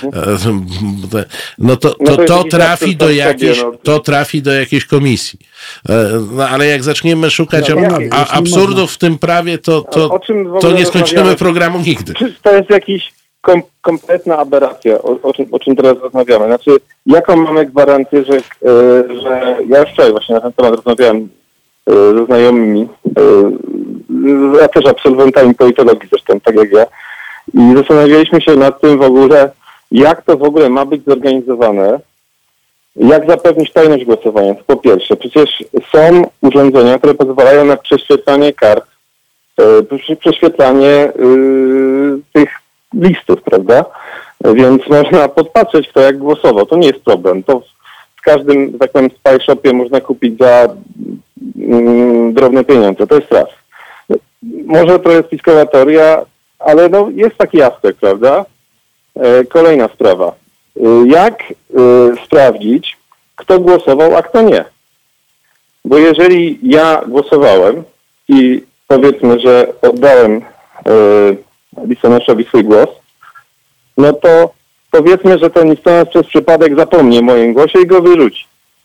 no to, to, to trafi do jakiejś to trafi do jakiejś komisji. No, ale jak zaczniemy szukać no, ab- a, absurdów w tym prawie, to, to, to nie skończymy programu nigdy. To jest jakiś kom, kompletna aberracja, o, o, czym, o czym teraz rozmawiamy. Znaczy, jaką mamy gwarancję, że, yy, że ja już wczoraj właśnie na ten temat rozmawiałem yy, ze znajomymi, yy, a też absolwentami politologii zresztą, tak jak ja, i zastanawialiśmy się nad tym w ogóle, jak to w ogóle ma być zorganizowane, jak zapewnić tajność głosowania. To po pierwsze, przecież są urządzenia, które pozwalają na prześwietlanie kart, yy, prześwietlanie yy, tych listów, prawda? Więc można podpatrzeć, kto jak głosował. To nie jest problem. To w każdym, tak powiem, spy shopie można kupić za mm, drobne pieniądze. To jest raz. Może to jest piskowatoria, ale no jest taki aspekt, prawda? E, kolejna sprawa. E, jak e, sprawdzić, kto głosował, a kto nie? Bo jeżeli ja głosowałem i powiedzmy, że oddałem e, listonoszowi swój głos, no to powiedzmy, że ten listonosz przez przypadek zapomni o moim głosie i go wyrzuci.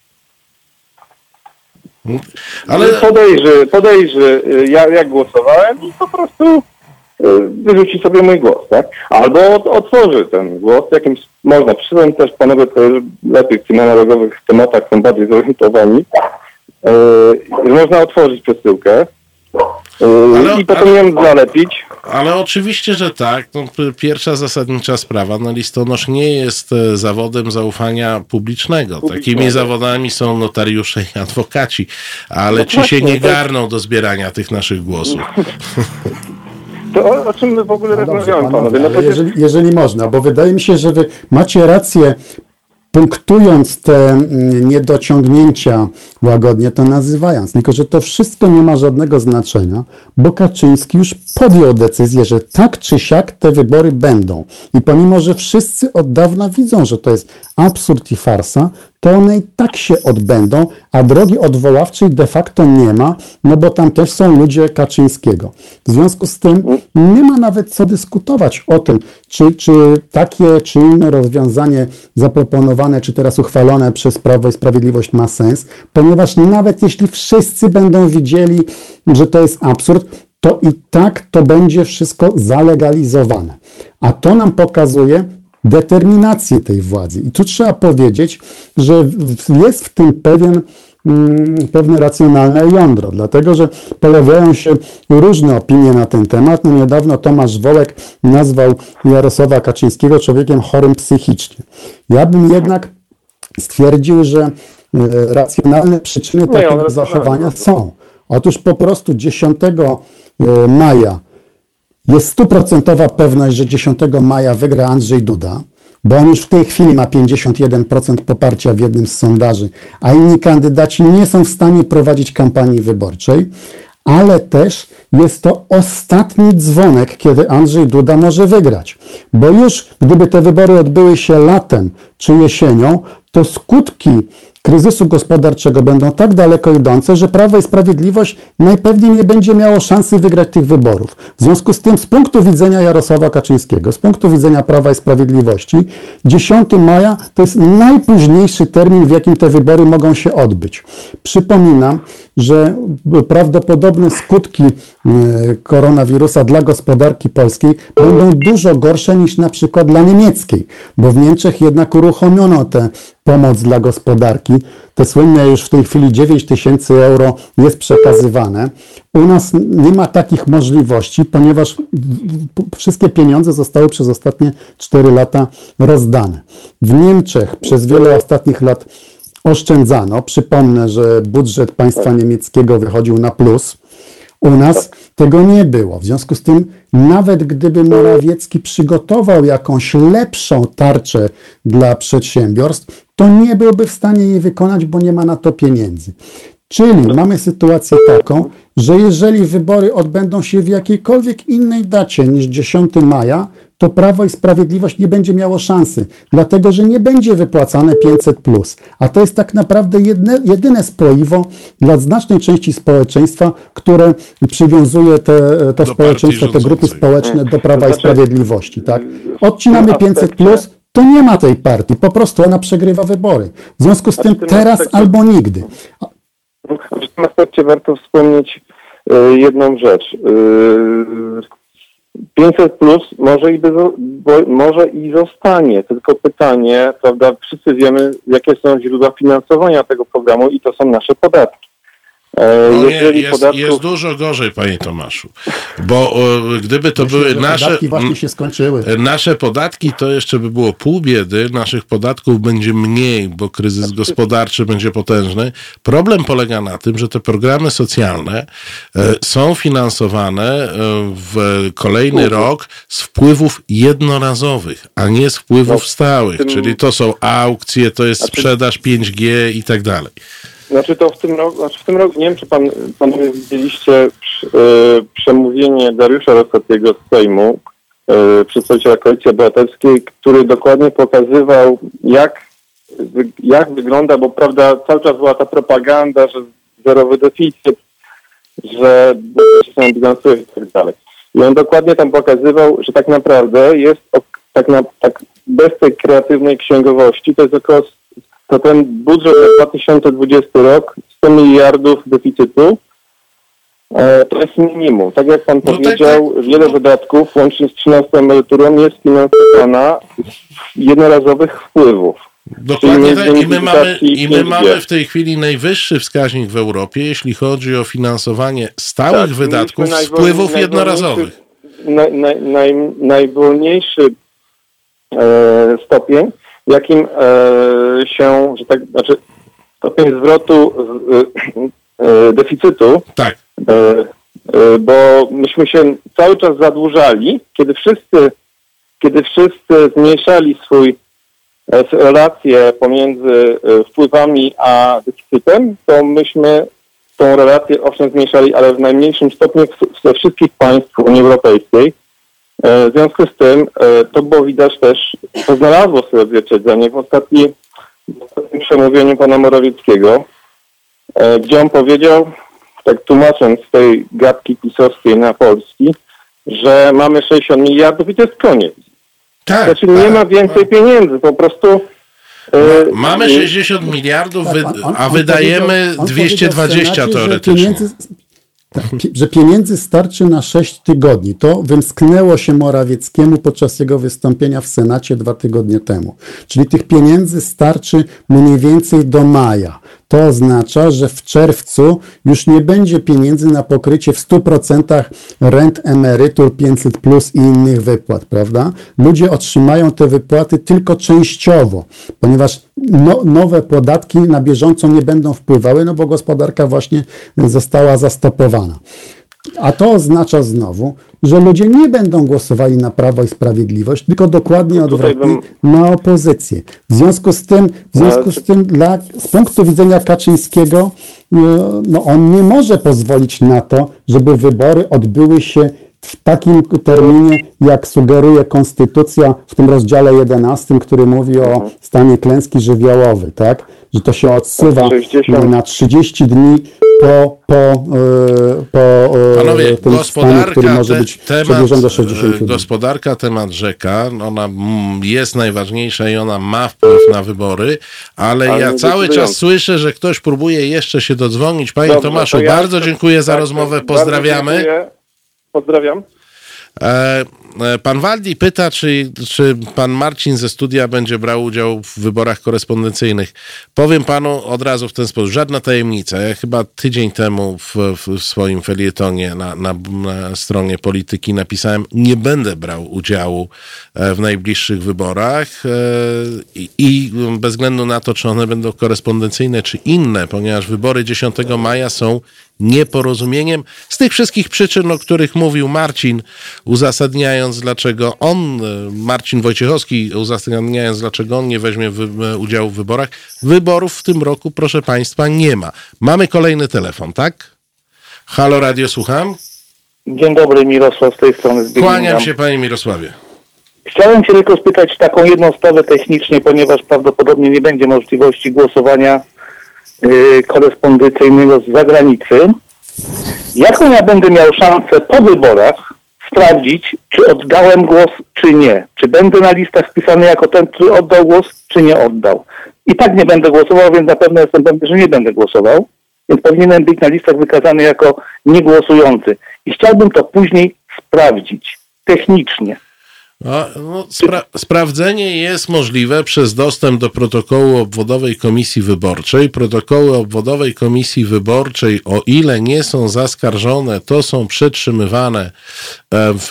Ale podejrzy, podejrzy ja, jak głosowałem i po prostu wyrzuci sobie mój głos, tak? Albo otworzy ten głos jakimś, można, przyszedłem też, panowie to lepiej w tych analogowych tematach są bardziej zorientowani, yy, można otworzyć przesyłkę ale, i potem ją zalepić. Ale oczywiście, że tak. No, pierwsza zasadnicza sprawa, no listonosz nie jest zawodem zaufania publicznego. publicznego. Takimi zawodami są notariusze i adwokaci, ale no ci właśnie, się nie to... garną do zbierania tych naszych głosów. To o, o czym my w ogóle no rozmawiamy, panowie? No to jeżeli, jeżeli można, bo wydaje mi się, że wy macie rację, punktując te niedociągnięcia, łagodnie to nazywając, tylko że to wszystko nie ma żadnego znaczenia, bo Kaczyński już podjął decyzję, że tak czy siak te wybory będą. I pomimo, że wszyscy od dawna widzą, że to jest absurd i farsa, to one i tak się odbędą, a drogi odwoławczej de facto nie ma, no bo tam też są ludzie Kaczyńskiego. W związku z tym nie ma nawet co dyskutować o tym, czy, czy takie czy inne rozwiązanie zaproponowane, czy teraz uchwalone przez Prawo i Sprawiedliwość ma sens, ponieważ nawet jeśli wszyscy będą widzieli, że to jest absurd, to i tak to będzie wszystko zalegalizowane. A to nam pokazuje determinację tej władzy. I tu trzeba powiedzieć, że jest w tym pewien, pewne racjonalne jądro, dlatego że pojawiają się różne opinie na ten temat. No niedawno Tomasz Wolek nazwał Jarosława Kaczyńskiego człowiekiem chorym psychicznie. Ja bym jednak stwierdził, że racjonalne przyczyny no takiego zachowania są. Otóż po prostu dziesiątego maja jest stuprocentowa pewność, że dziesiątego maja wygra Andrzej Duda, bo on już w tej chwili ma pięćdziesiąt jeden procent poparcia w jednym z sondaży, a inni kandydaci nie są w stanie prowadzić kampanii wyborczej, ale też jest to ostatni dzwonek, kiedy Andrzej Duda może wygrać. Bo już gdyby te wybory odbyły się latem czy jesienią, to skutki kryzysu gospodarczego będą tak daleko idące, że Prawo i Sprawiedliwość najpewniej nie będzie miało szansy wygrać tych wyborów. W związku z tym, z punktu widzenia Jarosława Kaczyńskiego, z punktu widzenia Prawa i Sprawiedliwości, dziesiątego maja to jest najpóźniejszy termin, w jakim te wybory mogą się odbyć. Przypominam, że prawdopodobne skutki koronawirusa dla gospodarki polskiej będą dużo gorsze niż na przykład dla niemieckiej, bo w Niemczech jednak uruchomiono tę pomoc dla gospodarki. Te słynne już w tej chwili dziewięć tysięcy euro jest przekazywane. U nas nie ma takich możliwości, ponieważ wszystkie pieniądze zostały przez ostatnie cztery lata rozdane. W Niemczech przez wiele ostatnich lat oszczędzano. Przypomnę, że budżet państwa niemieckiego wychodził na plus. U nas tego nie było. W związku z tym, nawet gdyby Morawiecki przygotował jakąś lepszą tarczę dla przedsiębiorstw, to nie byłby w stanie jej wykonać, bo nie ma na to pieniędzy. Czyli mamy sytuację taką, że jeżeli wybory odbędą się w jakiejkolwiek innej dacie niż dziesiątego maja, to Prawo i Sprawiedliwość nie będzie miało szansy, dlatego że nie będzie wypłacane pięćset plus. A to jest tak naprawdę jedne, jedyne spoiwo dla znacznej części społeczeństwa, które przywiązuje te, to społeczeństwo, te grupy społeczne do Prawa i Sprawiedliwości. Tak? Odcinamy pięćset plus, to nie ma tej partii, po prostu ona przegrywa wybory. W związku z tym teraz albo nigdy. W tym aspekcie warto wspomnieć y, jedną rzecz. Y, pięćset plus może i, bez, bo, może i zostanie, tylko pytanie, prawda, wszyscy wiemy, jakie są źródła finansowania tego programu i to są nasze podatki. No nie, jest, podatków... jest dużo gorzej, panie Tomaszu, bo o, gdyby to Myślę, były nasze podatki właśnie się skończyły. Nasze podatki, to jeszcze by było pół biedy, naszych podatków będzie mniej, bo kryzys gospodarczy będzie potężny. Problem polega na tym, że te programy socjalne e, są finansowane e, w kolejny Wpływu. rok z wpływów jednorazowych, a nie z wpływów no, stałych, tym... czyli to są aukcje, to jest sprzedaż pięć G i tak dalej. Znaczy to w tym roku, znaczy w tym roku, nie wiem czy pan, panowie widzieliście yy, przemówienie Dariusza Rosatiego z Sejmu, yy, przedstawiciela Koalicji Obywatelskiej, który dokładnie pokazywał, jak, jak wygląda, bo prawda, cały czas była ta propaganda, że zerowy deficyt, że budżet się bilansuje i tak dalej. I on dokładnie tam pokazywał, że tak naprawdę jest, tak, na, tak bez tej kreatywnej księgowości, to jest około to ten budżet na dwa tysiące dwudziesty rok, sto miliardów deficytu, e, to jest minimum. Tak jak pan no powiedział, tak, tak. wiele wydatków, łącznie z trzynastą emeryturą, jest finansowana z jednorazowych wpływów. Dokładnie tak. I my, mamy, I my mamy w tej chwili najwyższy wskaźnik w Europie, jeśli chodzi o finansowanie stałych tak, wydatków z wpływów jednorazowych. Naj, naj, naj, najwolniejszy e, stopień, jakim e, się, że tak, znaczy stopień zwrotu e, e, deficytu, tak. e, e, bo myśmy się cały czas zadłużali, kiedy wszyscy, kiedy wszyscy zmniejszali swój e, relację pomiędzy e, wpływami a deficytem, to myśmy tą relację owszem zmniejszali, ale w najmniejszym stopniu ze wszystkich państw Unii Europejskiej. W związku z tym to było widać też, to znalazło sobie odzwierciedlenie w ostatnim, w ostatnim przemówieniu pana Morawieckiego, gdzie on powiedział, tak tłumacząc z tej gadki pisowskiej na polski, że mamy sześćdziesiąt miliardów i to jest koniec. Tak, znaczy nie tak, ma więcej tak. pieniędzy, po prostu... Mamy sześćdziesiąt miliardów, a wydajemy dwieście dwadzieścia teoretycznie. Tak, że pieniędzy starczy na sześć tygodni. To wymsknęło się Morawieckiemu podczas jego wystąpienia w Senacie dwa tygodnie temu. Czyli tych pieniędzy starczy mniej więcej do maja. To oznacza, że w czerwcu już nie będzie pieniędzy na pokrycie w stu procentach rent, emerytur, pięćset plus i innych wypłat, prawda? Ludzie otrzymają te wypłaty tylko częściowo, ponieważ no, nowe podatki na bieżąco nie będą wpływały, no bo gospodarka właśnie została zastopowana. A to oznacza znowu, że ludzie nie będą głosowali na Prawo i Sprawiedliwość, tylko dokładnie odwrotnie bym... na opozycję. W związku z tym, w związku z tym dla, z punktu widzenia Kaczyńskiego, no on nie może pozwolić na to, żeby wybory odbyły się w takim terminie, jak sugeruje Konstytucja w tym rozdziale jedenastym, który mówi o stanie klęski żywiołowej, tak? Że to się odsuwa sześćdziesiąt na trzydzieści dni po, po, po Panowie, tym stanie, który może być przedłużony do sześćdziesięciu dni. Gospodarka, temat rzeka, ona jest najważniejsza i ona ma wpływ na wybory, ale, ale ja cały czas słyszę, że ktoś próbuje jeszcze się dodzwonić. Panie Dobrze, Tomaszu, ja bardzo dziękuję za tak, rozmowę, pozdrawiamy. Pozdrawiam. E, pan Waldi pyta, czy, czy pan Marcin ze studia będzie brał udział w wyborach korespondencyjnych. Powiem panu od razu w ten sposób, żadna tajemnica. Ja chyba tydzień temu w, w swoim felietonie na, na, na stronie Polityki napisałem, nie będę brał udziału w najbliższych wyborach i, i bez względu na to, czy one będą korespondencyjne, czy inne, ponieważ wybory dziesiątego maja są nieporozumieniem. Z tych wszystkich przyczyn, o których mówił Marcin, uzasadniając, dlaczego on, Marcin Wojciechowski, uzasadniając, dlaczego on nie weźmie wy, udziału w wyborach. Wyborów w tym roku, proszę Państwa, nie ma. Mamy kolejny telefon, tak? Halo Radio, słucham. Dzień dobry, Mirosław z tej strony. Zbigniew. Kłaniam się, panie Mirosławie. Chciałem cię tylko spytać taką jedną sprawę technicznie, ponieważ prawdopodobnie nie będzie możliwości głosowania yy, korespondencyjnego z zagranicy. Jaką ja będę miał szansę po wyborach sprawdzić, czy oddałem głos, czy nie? Czy będę na listach wpisany jako ten, który oddał głos, czy nie oddał? I tak nie będę głosował, więc na pewno jestem pewny, że nie będę głosował. Więc powinienem być na listach wykazany jako niegłosujący. I chciałbym to później sprawdzić technicznie. No, no, spra- sprawdzenie jest możliwe przez dostęp do protokołu obwodowej komisji wyborczej. Protokoły obwodowej komisji wyborczej, o ile nie są zaskarżone, to są przetrzymywane w,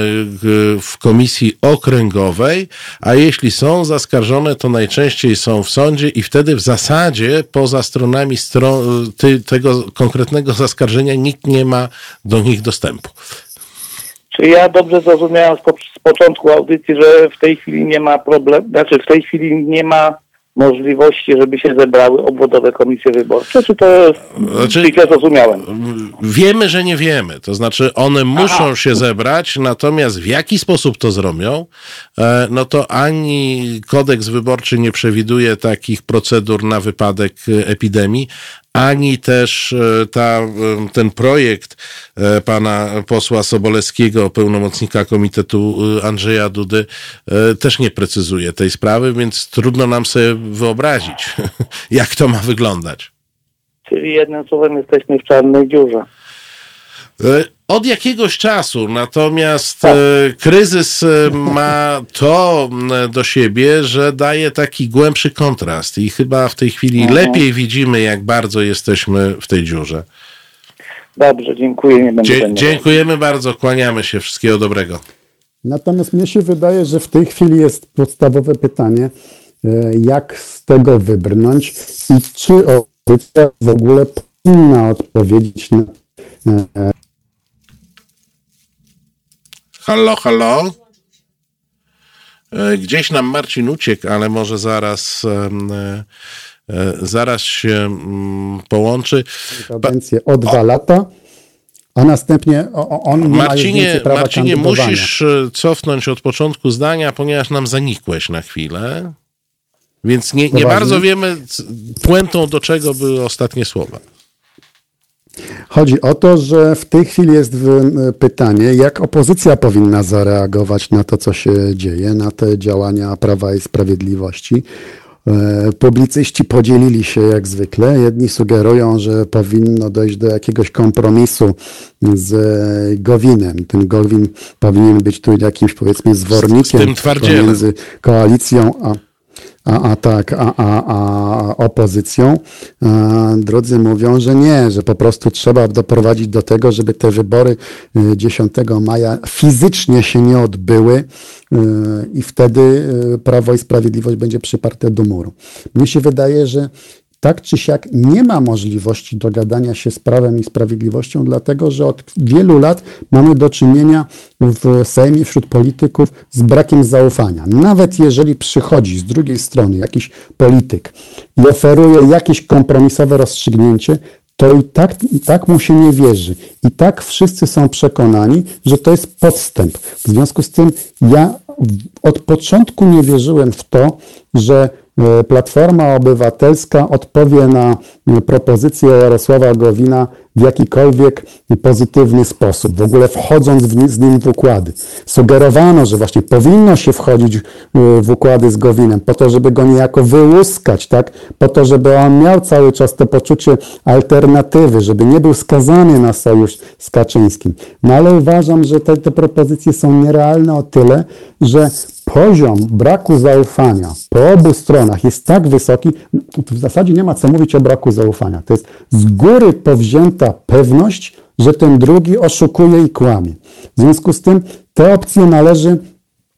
w komisji okręgowej, a jeśli są zaskarżone, to najczęściej są w sądzie i wtedy w zasadzie poza stronami stron, ty, tego konkretnego zaskarżenia nikt nie ma do nich dostępu. Czy ja dobrze zrozumiałem z, po, z początku audycji, że w tej chwili nie ma problemu, znaczy w tej chwili nie ma możliwości, żeby się zebrały obwodowe komisje wyborcze? Czy to jest, znaczy, źle zrozumiałem? Wiemy, że nie wiemy. To znaczy one muszą Aha. się zebrać, natomiast w jaki sposób to zrobią, no to ani kodeks wyborczy nie przewiduje takich procedur na wypadek epidemii, ani też ta, ten projekt pana posła Sobolewskiego, pełnomocnika Komitetu Andrzeja Dudy, też nie precyzuje tej sprawy, więc trudno nam sobie wyobrazić, jak to ma wyglądać. Czyli jednym słowem jesteśmy w czarnej dziurze. Od jakiegoś czasu, natomiast tak. kryzys ma to do siebie, że daje taki głębszy kontrast i chyba w tej chwili mhm. lepiej widzimy, jak bardzo jesteśmy w tej dziurze. Dobrze, dziękuję. Nie będę Dzie- dziękujemy bardzo, kłaniamy się, wszystkiego dobrego. Natomiast mnie się wydaje, że w tej chwili jest podstawowe pytanie, jak z tego wybrnąć i czy opozycja w ogóle powinna odpowiedzieć na... Halo, halo. Gdzieś nam Marcin uciekł, ale może zaraz zaraz się połączy. Kadencję o dwa lata, a następnie on nie Marcinie, ma prawa Marcinie, kandydowania. musisz cofnąć od początku zdania, ponieważ nam zanikłeś na chwilę, więc nie, nie bardzo wiemy puentą, do czego były ostatnie słowa. Chodzi o to, że w tej chwili jest pytanie, jak opozycja powinna zareagować na to, co się dzieje, na te działania Prawa i Sprawiedliwości. Publicyści podzielili się jak zwykle. Jedni sugerują, że powinno dojść do jakiegoś kompromisu z Gowinem. Ten Gowin powinien być tu jakimś, powiedzmy, zwornikiem pomiędzy koalicją a A, a tak, a, a, a opozycją. A drudzy mówią, że nie, że po prostu trzeba doprowadzić do tego, żeby te wybory dziesiątego maja fizycznie się nie odbyły i wtedy Prawo i Sprawiedliwość będzie przyparte do muru. Mnie się wydaje, że tak czy siak nie ma możliwości dogadania się z Prawem i Sprawiedliwością, dlatego że od wielu lat mamy do czynienia w Sejmie wśród polityków z brakiem zaufania. Nawet jeżeli przychodzi z drugiej strony jakiś polityk i oferuje jakieś kompromisowe rozstrzygnięcie, to i tak, i tak mu się nie wierzy. I tak wszyscy są przekonani, że to jest podstęp. W związku z tym ja od początku nie wierzyłem w to, że Platforma Obywatelska odpowie na propozycję Jarosława Gowina w jakikolwiek pozytywny sposób, w ogóle wchodząc w, z nim w układy. Sugerowano, że właśnie powinno się wchodzić w układy z Gowinem po to, żeby go niejako wyłuskać, tak? Po to, żeby on miał cały czas to poczucie alternatywy, żeby nie był skazany na sojusz z Kaczyńskim. No ale uważam, że te, te propozycje są nierealne o tyle, że poziom braku zaufania po obu stronach jest tak wysoki, w zasadzie nie ma co mówić o braku zaufania. To jest z góry powzięta pewność, że ten drugi oszukuje i kłamie. W związku z tym te opcje należy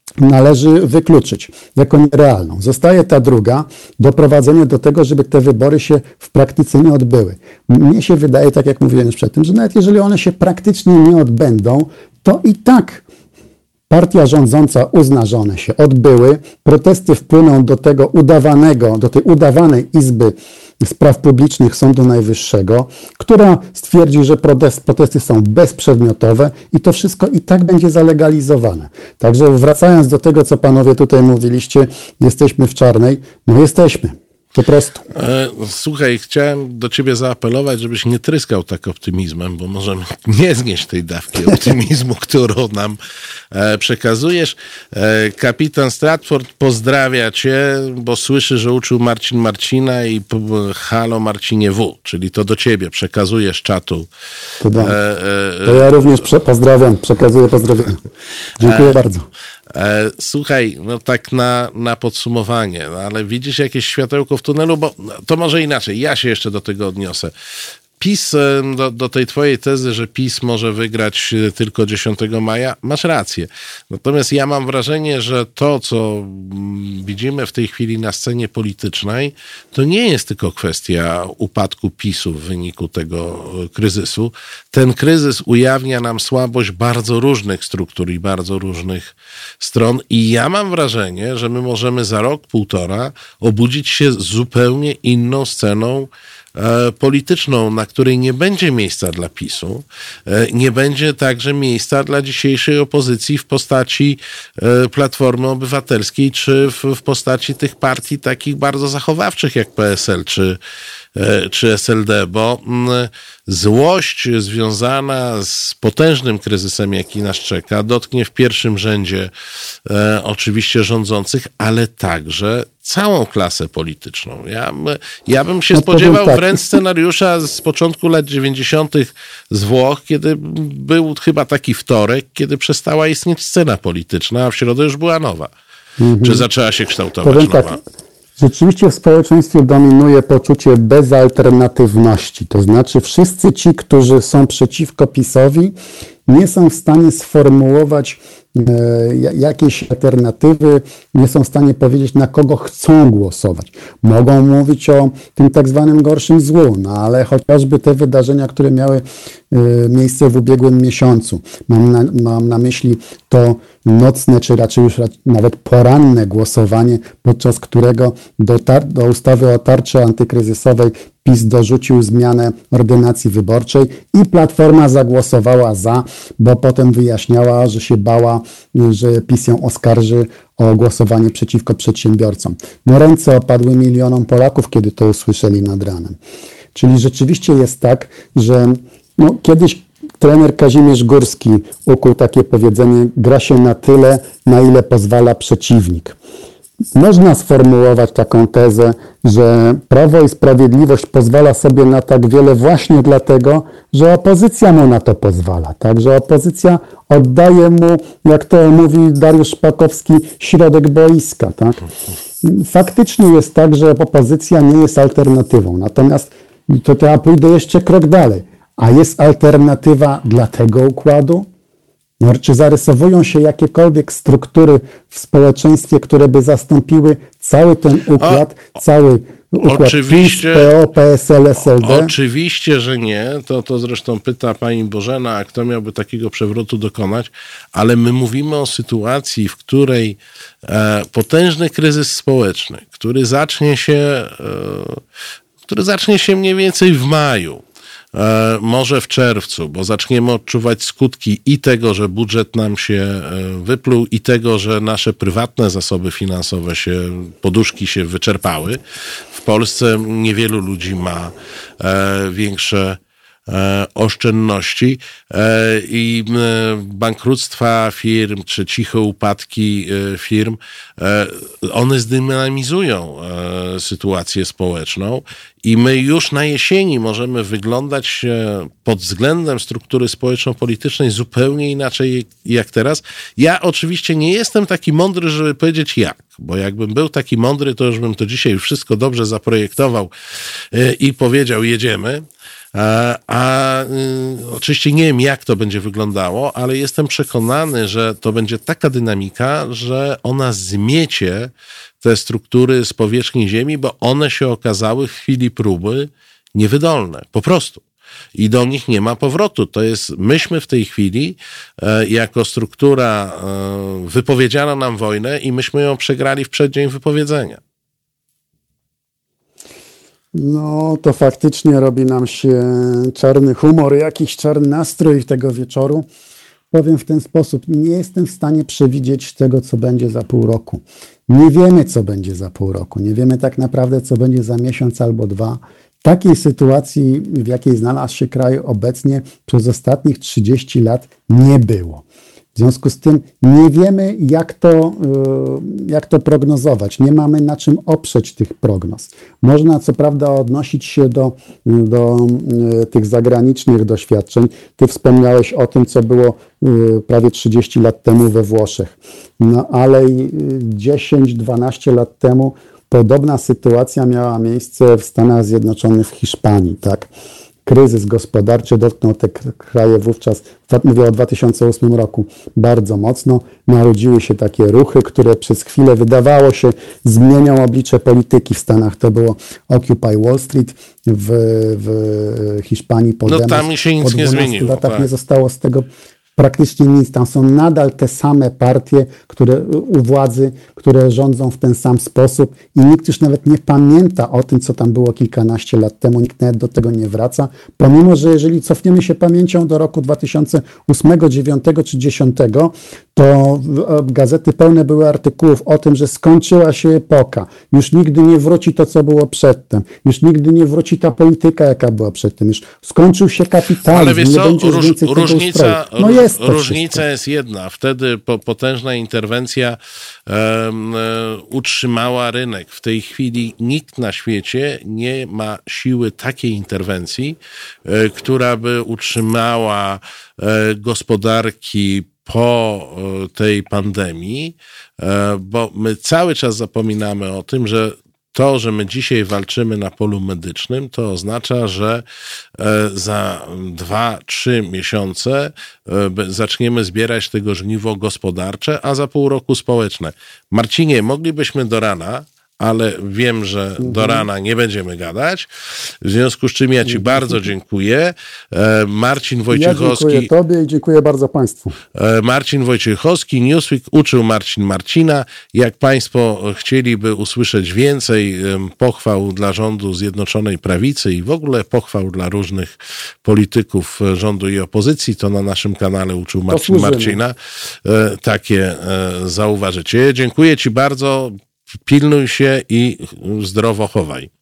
należy wykluczyć jako nierealną. Zostaje ta druga, doprowadzenie do tego, żeby te wybory się w praktyce nie odbyły. Mnie się wydaje, tak jak mówiłem już przedtem, że nawet jeżeli one się praktycznie nie odbędą, to i tak partia rządząca uzna, że one się odbyły, protesty wpłyną do tego udawanego, do tej udawanej Izby Spraw Publicznych Sądu Najwyższego, która stwierdzi, że protest, protesty są bezprzedmiotowe i to wszystko i tak będzie zalegalizowane. Także wracając do tego, co panowie tutaj mówiliście, jesteśmy w czarnej, no jesteśmy. Po prostu. Słuchaj, chciałem do ciebie zaapelować, żebyś nie tryskał tak optymizmem, bo możemy nie znieść tej dawki optymizmu, którą nam przekazujesz. Kapitan Stratford pozdrawia cię, bo słyszy, że uczył Marcin Marcina i halo Marcinie W, czyli to do ciebie przekazujesz czatu. To, da. to ja również prze- pozdrawiam, przekazuję pozdrowienia. Dziękuję bardzo. Słuchaj, no tak na, na podsumowanie, no ale widzisz jakieś światełko w tunelu, bo to może inaczej, ja się jeszcze do tego odniosę. PiS, do, do tej twojej tezy, że PiS może wygrać tylko dziesiątego maja, masz rację. Natomiast ja mam wrażenie, że to, co widzimy w tej chwili na scenie politycznej, to nie jest tylko kwestia upadku PiSu w wyniku tego kryzysu. Ten kryzys ujawnia nam słabość bardzo różnych struktur i bardzo różnych stron i ja mam wrażenie, że my możemy za rok, półtora obudzić się z zupełnie inną sceną polityczną, na której nie będzie miejsca dla PiSu, nie będzie także miejsca dla dzisiejszej opozycji w postaci Platformy Obywatelskiej, czy w, w postaci tych partii takich bardzo zachowawczych jak P S L czy, czy S L D, bo złość związana z potężnym kryzysem, jaki nas czeka, dotknie w pierwszym rzędzie e, oczywiście rządzących, ale także całą klasę polityczną. Ja, ja bym się no, spodziewał tak. wręcz scenariusza z początku lat dziewięćdziesiątych z Włoch, kiedy był chyba taki wtorek, kiedy przestała istnieć scena polityczna, a w środę już była nowa. Mhm. Czy zaczęła się kształtować Powiem nowa? Tak. Rzeczywiście w społeczeństwie dominuje poczucie bezalternatywności. To znaczy wszyscy ci, którzy są przeciwko PiS-owi, nie są w stanie sformułować e, jakiejś alternatywy, nie są w stanie powiedzieć, na kogo chcą głosować. Mogą mówić o tym tak zwanym gorszym złu, no ale chociażby te wydarzenia, które miały e, miejsce w ubiegłym miesiącu. Mam na, mam na myśli to nocne, czy raczej już nawet poranne głosowanie, podczas którego do, tar- do ustawy o tarczy antykryzysowej PiS dorzucił zmianę ordynacji wyborczej i Platforma zagłosowała za, bo potem wyjaśniała, że się bała, że PiS ją oskarży o głosowanie przeciwko przedsiębiorcom. No ręce opadły milionom Polaków, kiedy to usłyszeli nad ranem. Czyli rzeczywiście jest tak, że no, kiedyś trener Kazimierz Górski ukuł takie powiedzenie: gra się na tyle, na ile pozwala przeciwnik. Można sformułować taką tezę, że Prawo i Sprawiedliwość pozwala sobie na tak wiele właśnie dlatego, że opozycja mu na to pozwala. Także opozycja oddaje mu, jak to mówi Dariusz Szpakowski, środek boiska. Tak? Faktycznie jest tak, że opozycja nie jest alternatywą. Natomiast to, to ja pójdę jeszcze krok dalej. A jest alternatywa dla tego układu? No, czy zarysowują się jakiekolwiek struktury w społeczeństwie, które by zastąpiły cały ten układ, A, cały układ oczywiście, PiS, P O, P S L, S L D? Oczywiście, że nie. To, to zresztą pyta pani Bożena, a kto miałby takiego przewrotu dokonać, ale my mówimy o sytuacji, w której e, potężny kryzys społeczny, który zacznie się, e, który zacznie się mniej więcej w maju, może w czerwcu, bo zaczniemy odczuwać skutki i tego, że budżet nam się wypluł, i tego, że nasze prywatne zasoby finansowe się, poduszki się wyczerpały. W Polsce niewielu ludzi ma większe oszczędności i bankructwa firm, czy ciche upadki firm, one zdynamizują sytuację społeczną i my już na jesieni możemy wyglądać pod względem struktury społeczno-politycznej zupełnie inaczej jak teraz. Ja oczywiście nie jestem taki mądry, żeby powiedzieć jak, bo jakbym był taki mądry, to już bym to dzisiaj wszystko dobrze zaprojektował i powiedział: jedziemy. A, a y, oczywiście nie wiem, jak to będzie wyglądało, ale jestem przekonany, że to będzie taka dynamika, że ona zmiecie te struktury z powierzchni Ziemi, bo one się okazały w chwili próby niewydolne. Po prostu. I do nich nie ma powrotu. To jest, myśmy w tej chwili e, jako struktura e, wypowiedziano nam wojnę i myśmy ją przegrali w przeddzień wypowiedzenia. No, to faktycznie robi nam się czarny humor, jakiś czarny nastrój tego wieczoru. Powiem w ten sposób, nie jestem w stanie przewidzieć tego, co będzie za pół roku. Nie wiemy, co będzie za pół roku. Nie wiemy tak naprawdę, co będzie za miesiąc albo dwa. Takiej sytuacji, w jakiej znalazł się kraj obecnie, przez ostatnich trzydzieści lat nie było. W związku z tym nie wiemy, jak to, jak to prognozować. Nie mamy na czym oprzeć tych prognoz. Można co prawda odnosić się do, do tych zagranicznych doświadczeń. Ty wspomniałeś o tym, co było prawie trzydzieści lat temu we Włoszech. No ale dziesięć dwanaście lat temu podobna sytuacja miała miejsce w Stanach Zjednoczonych, w Hiszpanii, tak? Kryzys gospodarczy dotknął te kraje wówczas, mówię o dwa tysiące ósmym roku, bardzo mocno. Narodziły się takie ruchy, które przez chwilę wydawało się zmienią oblicze polityki w Stanach. To było Occupy Wall Street, w, w Hiszpanii Podemos. No tam się nic po nie zmieniło. Po dwunastu latach tak. nie zostało z tego praktycznie nic. Tam są nadal te same partie, które u władzy, które rządzą w ten sam sposób i nikt już nawet nie pamięta o tym, co tam było kilkanaście lat temu. Nikt nawet do tego nie wraca. Pomimo, że jeżeli cofniemy się pamięcią do roku dwa tysiące ósmego, dziewiątego czy dziesiątego, to gazety pełne były artykułów o tym, że skończyła się epoka. Już nigdy nie wróci to, co było przedtem. Już nigdy nie wróci ta polityka, jaka była przedtem. Już skończył się kapitalizm. Ale wiesz nie co, będzie już róż, więcej tego różnica, ustroju. No jest to różnica wszystko. jest jedna. Wtedy po, potężna interwencja um, um, utrzymała rynek. W tej chwili nikt na świecie nie ma siły takiej interwencji, e, która by utrzymała e, gospodarki po tej pandemii, bo my cały czas zapominamy o tym, że to, że my dzisiaj walczymy na polu medycznym, to oznacza, że za dwa, trzy miesiące zaczniemy zbierać tego żniwo gospodarcze, a za pół roku społeczne. Marcinie, moglibyśmy do rana, ale wiem, że do rana nie będziemy gadać. W związku z czym ja Ci bardzo dziękuję. Marcin Wojciechowski. Ja dziękuję Tobie i dziękuję bardzo Państwu. Marcin Wojciechowski, Newsweek, uczył Marcin Marcina. Jak Państwo chcieliby usłyszeć więcej pochwał dla rządu Zjednoczonej Prawicy i w ogóle pochwał dla różnych polityków rządu i opozycji, to na naszym kanale Uczył Marcin Posłużymy. Marcina takie zauważycie. Dziękuję Ci bardzo. Pilnuj się i zdrowo chowaj.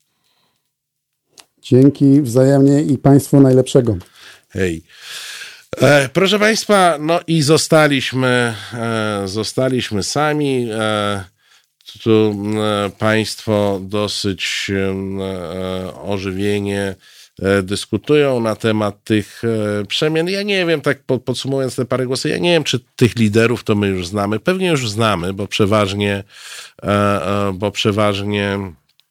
Dzięki wzajemnie i Państwu najlepszego. Hej. E, proszę Państwa, no i zostaliśmy, e, zostaliśmy sami. E, tu e, Państwo dosyć e, ożywienie e, dyskutują na temat tych e, przemian. Ja nie wiem, tak podsumowując te parę głosów, ja nie wiem, czy tych liderów to my już znamy. Pewnie już znamy, bo przeważnie, e, e, bo przeważnie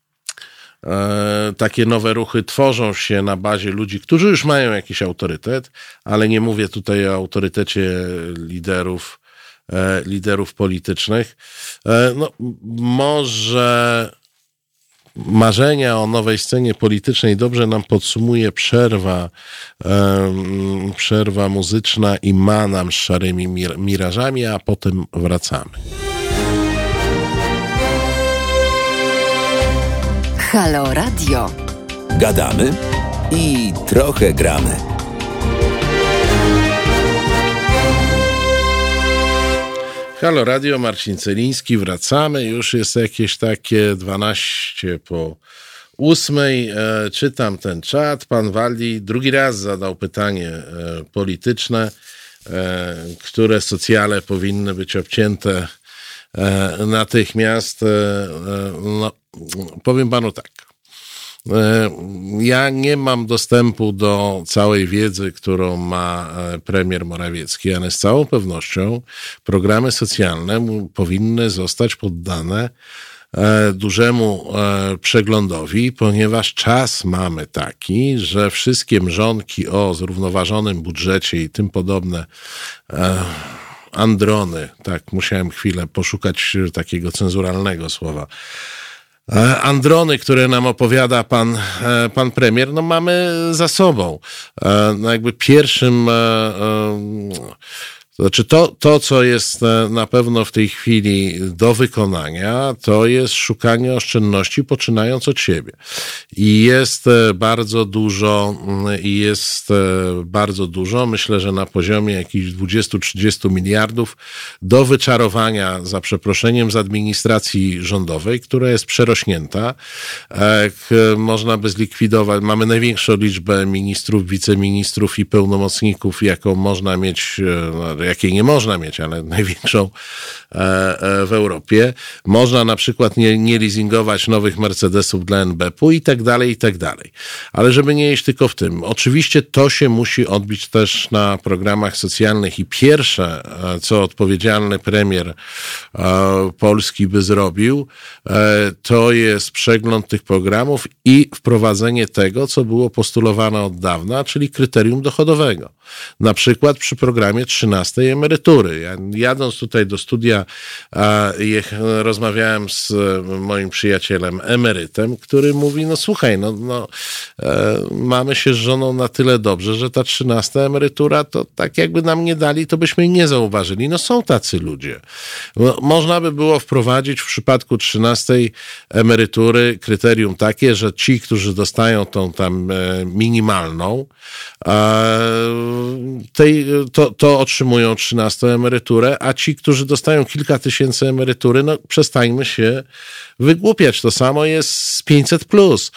takie nowe ruchy tworzą się na bazie ludzi, którzy już mają jakiś autorytet, ale nie mówię tutaj o autorytecie liderów, liderów politycznych. No, może marzenia o nowej scenie politycznej dobrze nam podsumuje przerwa, przerwa muzyczna i ma nam z szarymi mir- mirażami, a potem wracamy. Halo Radio. Gadamy i trochę gramy. Halo Radio, Marcin Celiński, wracamy. Już jest jakieś takie dwanaście po ósmej. E, czytam ten czat. Pan Waldi drugi raz zadał pytanie e, polityczne, e, które socjale powinny być obcięte e, natychmiast. E, e, no, powiem panu tak. Ja nie mam dostępu do całej wiedzy, którą ma premier Morawiecki, ale z całą pewnością programy socjalne powinny zostać poddane dużemu przeglądowi, ponieważ czas mamy taki, że wszystkie mrzonki o zrównoważonym budżecie i tym podobne androny, tak, musiałem chwilę poszukać takiego cenzuralnego słowa, androny, które nam opowiada pan, pan premier, no mamy za sobą. No jakby pierwszym, to znaczy to, to, co jest na pewno w tej chwili do wykonania, to jest szukanie oszczędności, poczynając od siebie. I jest bardzo dużo, i jest bardzo dużo, myślę, że na poziomie jakichś dwadzieścia trzydzieści miliardów do wyczarowania, za przeproszeniem, z administracji rządowej, która jest przerośnięta. Można by zlikwidować, mamy największą liczbę ministrów, wiceministrów i pełnomocników, jaką można mieć, jakiej nie można mieć, ale największą w Europie. Można na przykład nie, nie leasingować nowych Mercedesów dla en be pe u i tak dalej, i tak dalej. Ale żeby nie iść tylko w tym. Oczywiście to się musi odbić też na programach socjalnych i pierwsze, co odpowiedzialny premier Polski by zrobił, to jest przegląd tych programów i wprowadzenie tego, co było postulowane od dawna, czyli kryterium dochodowego. Na przykład przy programie trzynastej emerytury. Ja, jadąc tutaj do studia, a, je, rozmawiałem z moim przyjacielem emerytem, który mówi, no słuchaj, no, no e, mamy się z żoną na tyle dobrze, że ta trzynasta emerytura, to tak jakby nam nie dali, to byśmy nie zauważyli. No są tacy ludzie. No, można by było wprowadzić w przypadku trzynastej emerytury kryterium takie, że ci, którzy dostają tą tam e, minimalną, e, Tej, to, to otrzymują trzynastą emeryturę, a ci, którzy dostają kilka tysięcy emerytury, no przestańmy się wygłupiać. To samo jest z pięćset plus.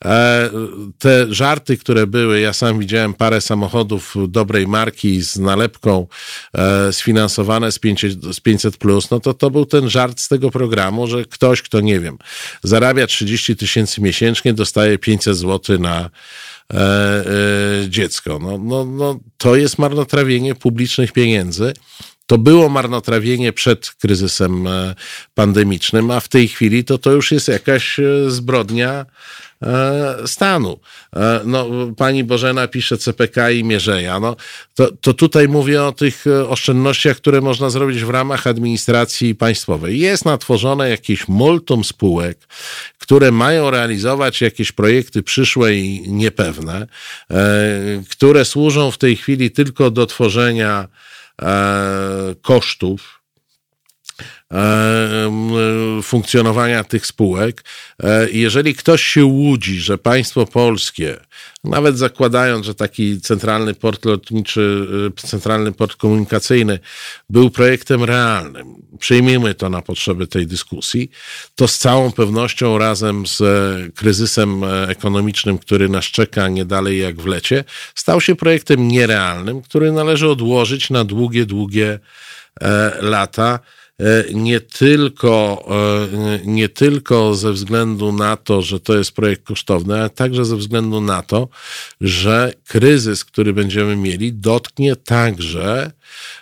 Te żarty, które były, ja sam widziałem parę samochodów dobrej marki z nalepką sfinansowane z pięćset plus, no to to był ten żart z tego programu, że ktoś, kto nie wiem, zarabia trzydzieści tysięcy miesięcznie, dostaje pięćset złotych na E, e, dziecko. No, no, no, to jest marnotrawienie publicznych pieniędzy. To było marnotrawienie przed kryzysem pandemicznym, a w tej chwili to to już jest jakaś zbrodnia stanu. No, pani Bożena pisze ce pe ka i Mierzeja. No, to, to tutaj mówię o tych oszczędnościach, które można zrobić w ramach administracji państwowej. Jest natworzone jakieś multum spółek, które mają realizować jakieś projekty przyszłe i niepewne, które służą w tej chwili tylko do tworzenia kosztów funkcjonowania tych spółek. Jeżeli ktoś się łudzi, że państwo polskie, nawet zakładając, że taki centralny port lotniczy, centralny port komunikacyjny był projektem realnym, przyjmijmy to na potrzeby tej dyskusji, to z całą pewnością razem z kryzysem ekonomicznym, który nas czeka nie dalej jak w lecie, stał się projektem nierealnym, który należy odłożyć na długie, długie lata. Nie tylko, nie tylko ze względu na to, że to jest projekt kosztowny, ale także ze względu na to, że kryzys, który będziemy mieli, dotknie także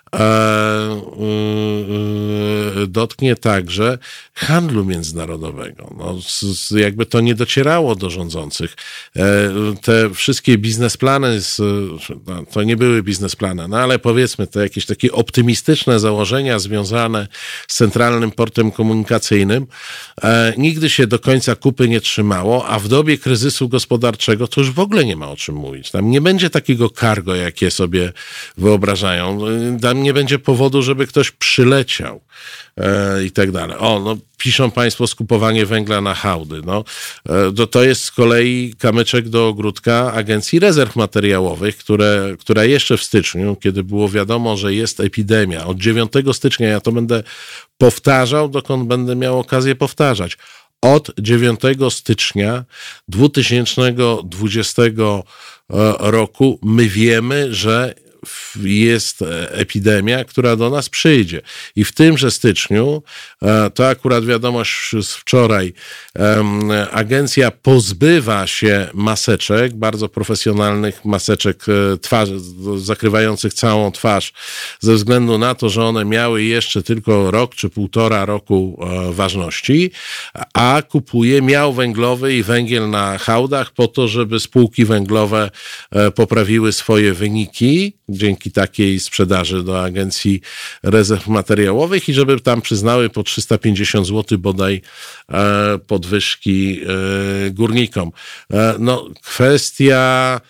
dotknie także handlu międzynarodowego. No, z, jakby to nie docierało do rządzących. Te wszystkie biznesplany, z, no, to nie były biznesplany, no ale powiedzmy te jakieś takie optymistyczne założenia związane z centralnym portem komunikacyjnym e, nigdy się do końca kupy nie trzymało, a w dobie kryzysu gospodarczego to już w ogóle nie ma o czym mówić. Tam nie będzie takiego cargo, jakie sobie wyobrażają. Tam nie będzie powodu, żeby ktoś przyleciał e, i tak dalej. O, no piszą państwo skupowanie węgla na hałdy. No, e, to, to jest z kolei kamyczek do ogródka Agencji Rezerw Materiałowych, które, która jeszcze w styczniu, kiedy było wiadomo, że jest epidemia, od dziewiątego stycznia, ja to będę powtarzał, dokąd będę miał okazję powtarzać, od dziewiątego stycznia dwa tysiące dwudziestego roku my wiemy, że jest epidemia, która do nas przyjdzie. I w tymże styczniu, to akurat wiadomość z wczoraj, agencja pozbywa się maseczek, bardzo profesjonalnych maseczek twarzy, zakrywających całą twarz, ze względu na to, że one miały jeszcze tylko rok czy półtora roku ważności, a kupuje miał węglowy i węgiel na hałdach po to, żeby spółki węglowe poprawiły swoje wyniki dzięki takiej sprzedaży do Agencji Rezerw Materiałowych i żeby tam przyznały po trzysta pięćdziesiąt złotych bodaj podwyżki górnikom. No, kwestia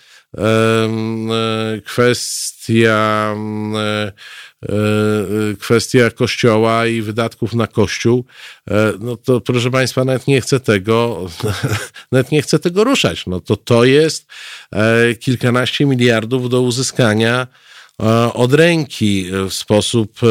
kwestia kwestia Kościoła i wydatków na Kościół, no to proszę Państwa, nawet nie chcę tego, nawet nie chcę tego ruszać. No to to jest kilkanaście miliardów do uzyskania od ręki w sposób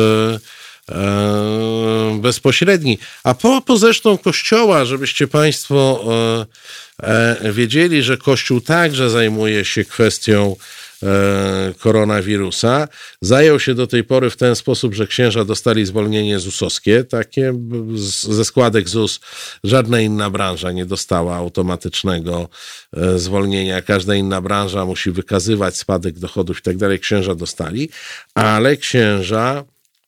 bezpośredni. A po, po zresztą Kościoła, żebyście Państwo wiedzieli, że Kościół także zajmuje się kwestią koronawirusa. Zajął się do tej pory w ten sposób, że księża dostali zwolnienie zusowskie, takie ze składek Z U S. Żadna inna branża nie dostała automatycznego zwolnienia. Każda inna branża musi wykazywać spadek dochodów i tak dalej. Księża dostali, ale księża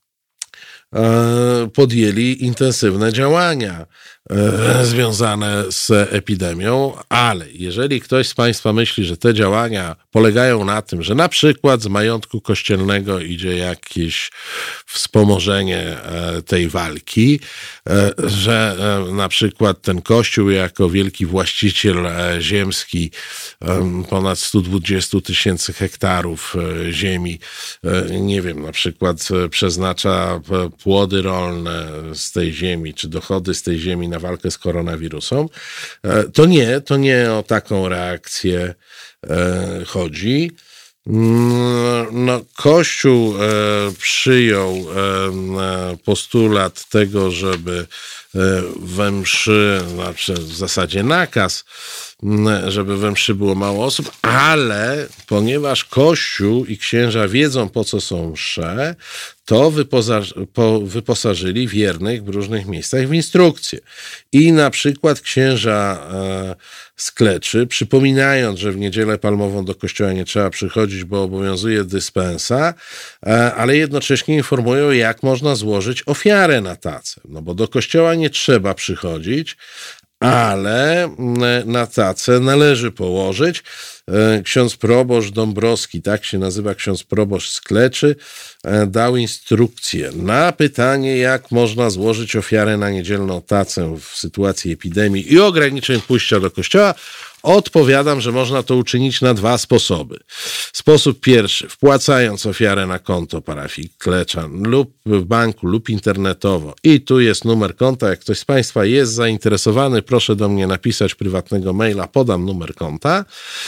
podjęli intensywne działania związane z epidemią, ale jeżeli ktoś z Państwa myśli, że te działania polegają na tym, że na przykład z majątku kościelnego idzie jakieś wspomożenie tej walki, że na przykład ten Kościół jako wielki właściciel ziemski ponad sto dwadzieścia tysięcy hektarów ziemi, nie wiem, na przykład przeznacza płody rolne z tej ziemi, czy dochody z tej ziemi na walkę z koronawirusem, to nie, to nie o taką reakcję chodzi. No, Kościół przyjął postulat tego, żeby we mszy, znaczy w zasadzie nakaz, żeby we mszy było mało osób, ale ponieważ Kościół i księża wiedzą, po co są msze, to wyposa- po, wyposażyli wiernych w różnych miejscach w instrukcje. I na przykład księża e, z Kleczy, przypominając, że w niedzielę palmową do kościoła nie trzeba przychodzić, bo obowiązuje dyspensa, e, ale jednocześnie informują, jak można złożyć ofiarę na tacę. No bo do kościoła nie trzeba przychodzić, ale na tacę należy położyć. Ksiądz proboszcz Dąbrowski, tak się nazywa ksiądz proboszcz z Kleczy, dał instrukcję na pytanie, jak można złożyć ofiarę na niedzielną tacę w sytuacji epidemii i ograniczeń pójścia do kościoła. Odpowiadam, że można to uczynić na dwa sposoby. Sposób pierwszy, wpłacając ofiarę na konto parafii Kleczan lub w banku lub internetowo. I tu jest numer konta. Jak ktoś z Państwa jest zainteresowany, proszę do mnie napisać prywatnego maila, podam numer konta.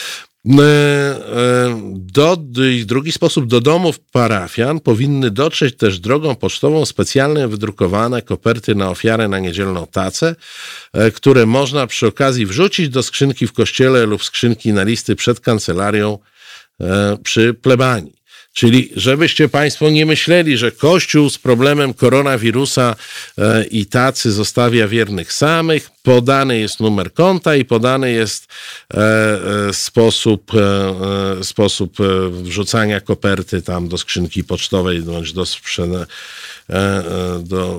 Do, drugi sposób, do domów parafian powinny dotrzeć też drogą pocztową specjalnie wydrukowane koperty na ofiarę na niedzielną tacę, które można przy okazji wrzucić do skrzynki w kościele lub skrzynki na listy przed kancelarią przy plebanii. Czyli żebyście Państwo nie myśleli, że Kościół z problemem koronawirusa i tacy zostawia wiernych samych. Podany jest numer konta i podany jest sposób, sposób wrzucania koperty tam do skrzynki pocztowej bądź do sprzeda- do,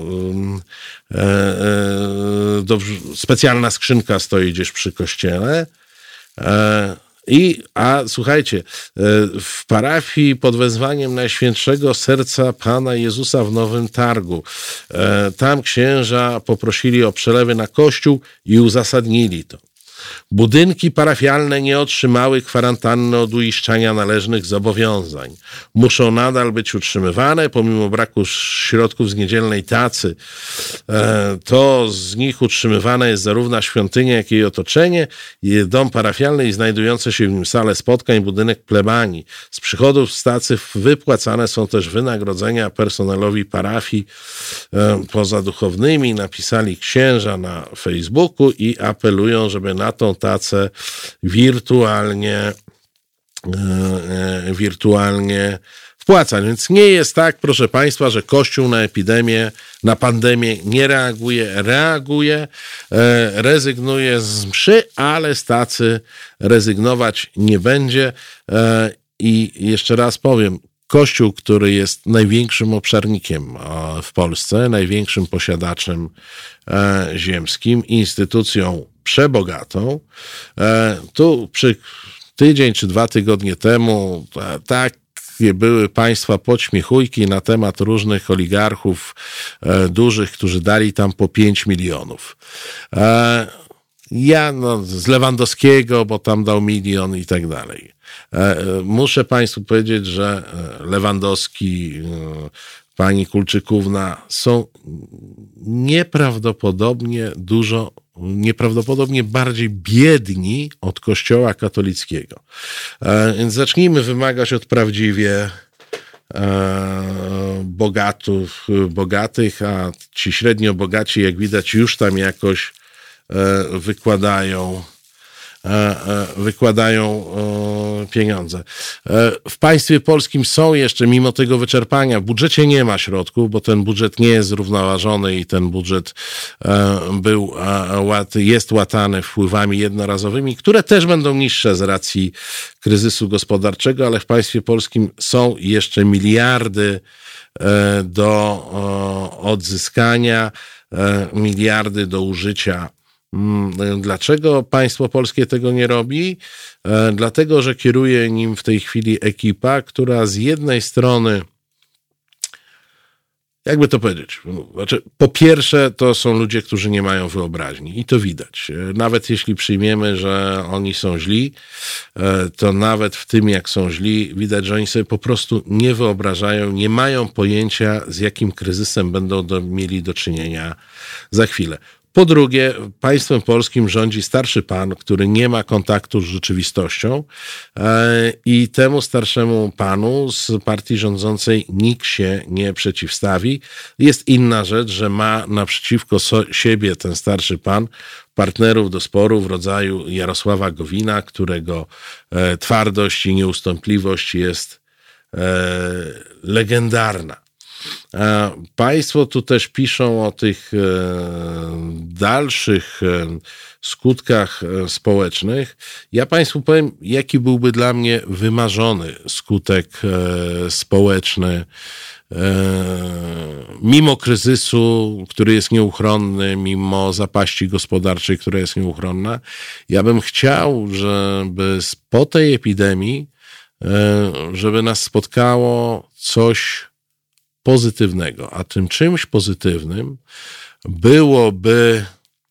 do specjalna skrzynka stoi gdzieś przy kościele. I, a słuchajcie, w parafii pod wezwaniem Najświętszego Serca Pana Jezusa w Nowym Targu, tam księża poprosili o przelewy na kościół i uzasadnili to. Budynki parafialne nie otrzymały kwarantanny od uiszczania należnych zobowiązań. Muszą nadal być utrzymywane, pomimo braku środków z niedzielnej tacy. To z nich utrzymywana jest zarówno świątynia, jak i jej otoczenie, dom parafialny i znajdujące się w nim sale spotkań, budynek plebanii. Z przychodów z tacy wypłacane są też wynagrodzenia personelowi parafii poza duchownymi. Napisali księża na Facebooku i apelują, żeby na tą tacę wirtualnie wirtualnie wpłacać. Więc nie jest tak, proszę Państwa, że Kościół na epidemię, na pandemię nie reaguje. Reaguje, rezygnuje z mszy, ale z tacy rezygnować nie będzie. I jeszcze raz powiem, Kościół, który jest największym obszarnikiem w Polsce, największym posiadaczem ziemskim, instytucją przebogatą, tu przy tydzień czy dwa tygodnie temu tak były państwa podśmiechujki na temat różnych oligarchów e, dużych, którzy dali tam po pięć milionów. E, ja no, z Lewandowskiego, bo tam dał milion i tak dalej. E, muszę Państwu powiedzieć, że Lewandowski, e, pani Kulczykówna są nieprawdopodobnie dużo nieprawdopodobnie bardziej biedni od Kościoła katolickiego. Więc zacznijmy wymagać od prawdziwie bogatów, bogatych, a ci średnio bogaci, jak widać, już tam jakoś wykładają wykładają pieniądze. W państwie polskim są jeszcze, mimo tego wyczerpania, w budżecie nie ma środków, bo ten budżet nie jest zrównoważony i ten budżet był, jest łatany wpływami jednorazowymi, które też będą niższe z racji kryzysu gospodarczego, ale w państwie polskim są jeszcze miliardy do odzyskania, miliardy do użycia. Dlaczego państwo polskie tego nie robi? Dlatego, że kieruje nim w tej chwili ekipa, która z jednej strony, jakby to powiedzieć, znaczy, po pierwsze to są ludzie, którzy nie mają wyobraźni i to widać. Nawet jeśli przyjmiemy, że oni są źli, to nawet w tym, jak są źli, widać, że oni sobie po prostu nie wyobrażają, nie mają pojęcia, z jakim kryzysem będą do, mieli do czynienia za chwilę. Po drugie, państwem polskim rządzi starszy pan, który nie ma kontaktu z rzeczywistością i temu starszemu panu z partii rządzącej nikt się nie przeciwstawi. Jest inna rzecz, że ma naprzeciwko siebie ten starszy pan partnerów do sporu w rodzaju Jarosława Gowina, którego twardość i nieustępliwość jest legendarna. Państwo tu też piszą o tych dalszych skutkach społecznych. Ja Państwu powiem, jaki byłby dla mnie wymarzony skutek społeczny mimo kryzysu, który jest nieuchronny, mimo zapaści gospodarczej, która jest nieuchronna. Ja bym chciał, żeby po tej epidemii, żeby nas spotkało coś pozytywnego, a tym czymś pozytywnym byłoby,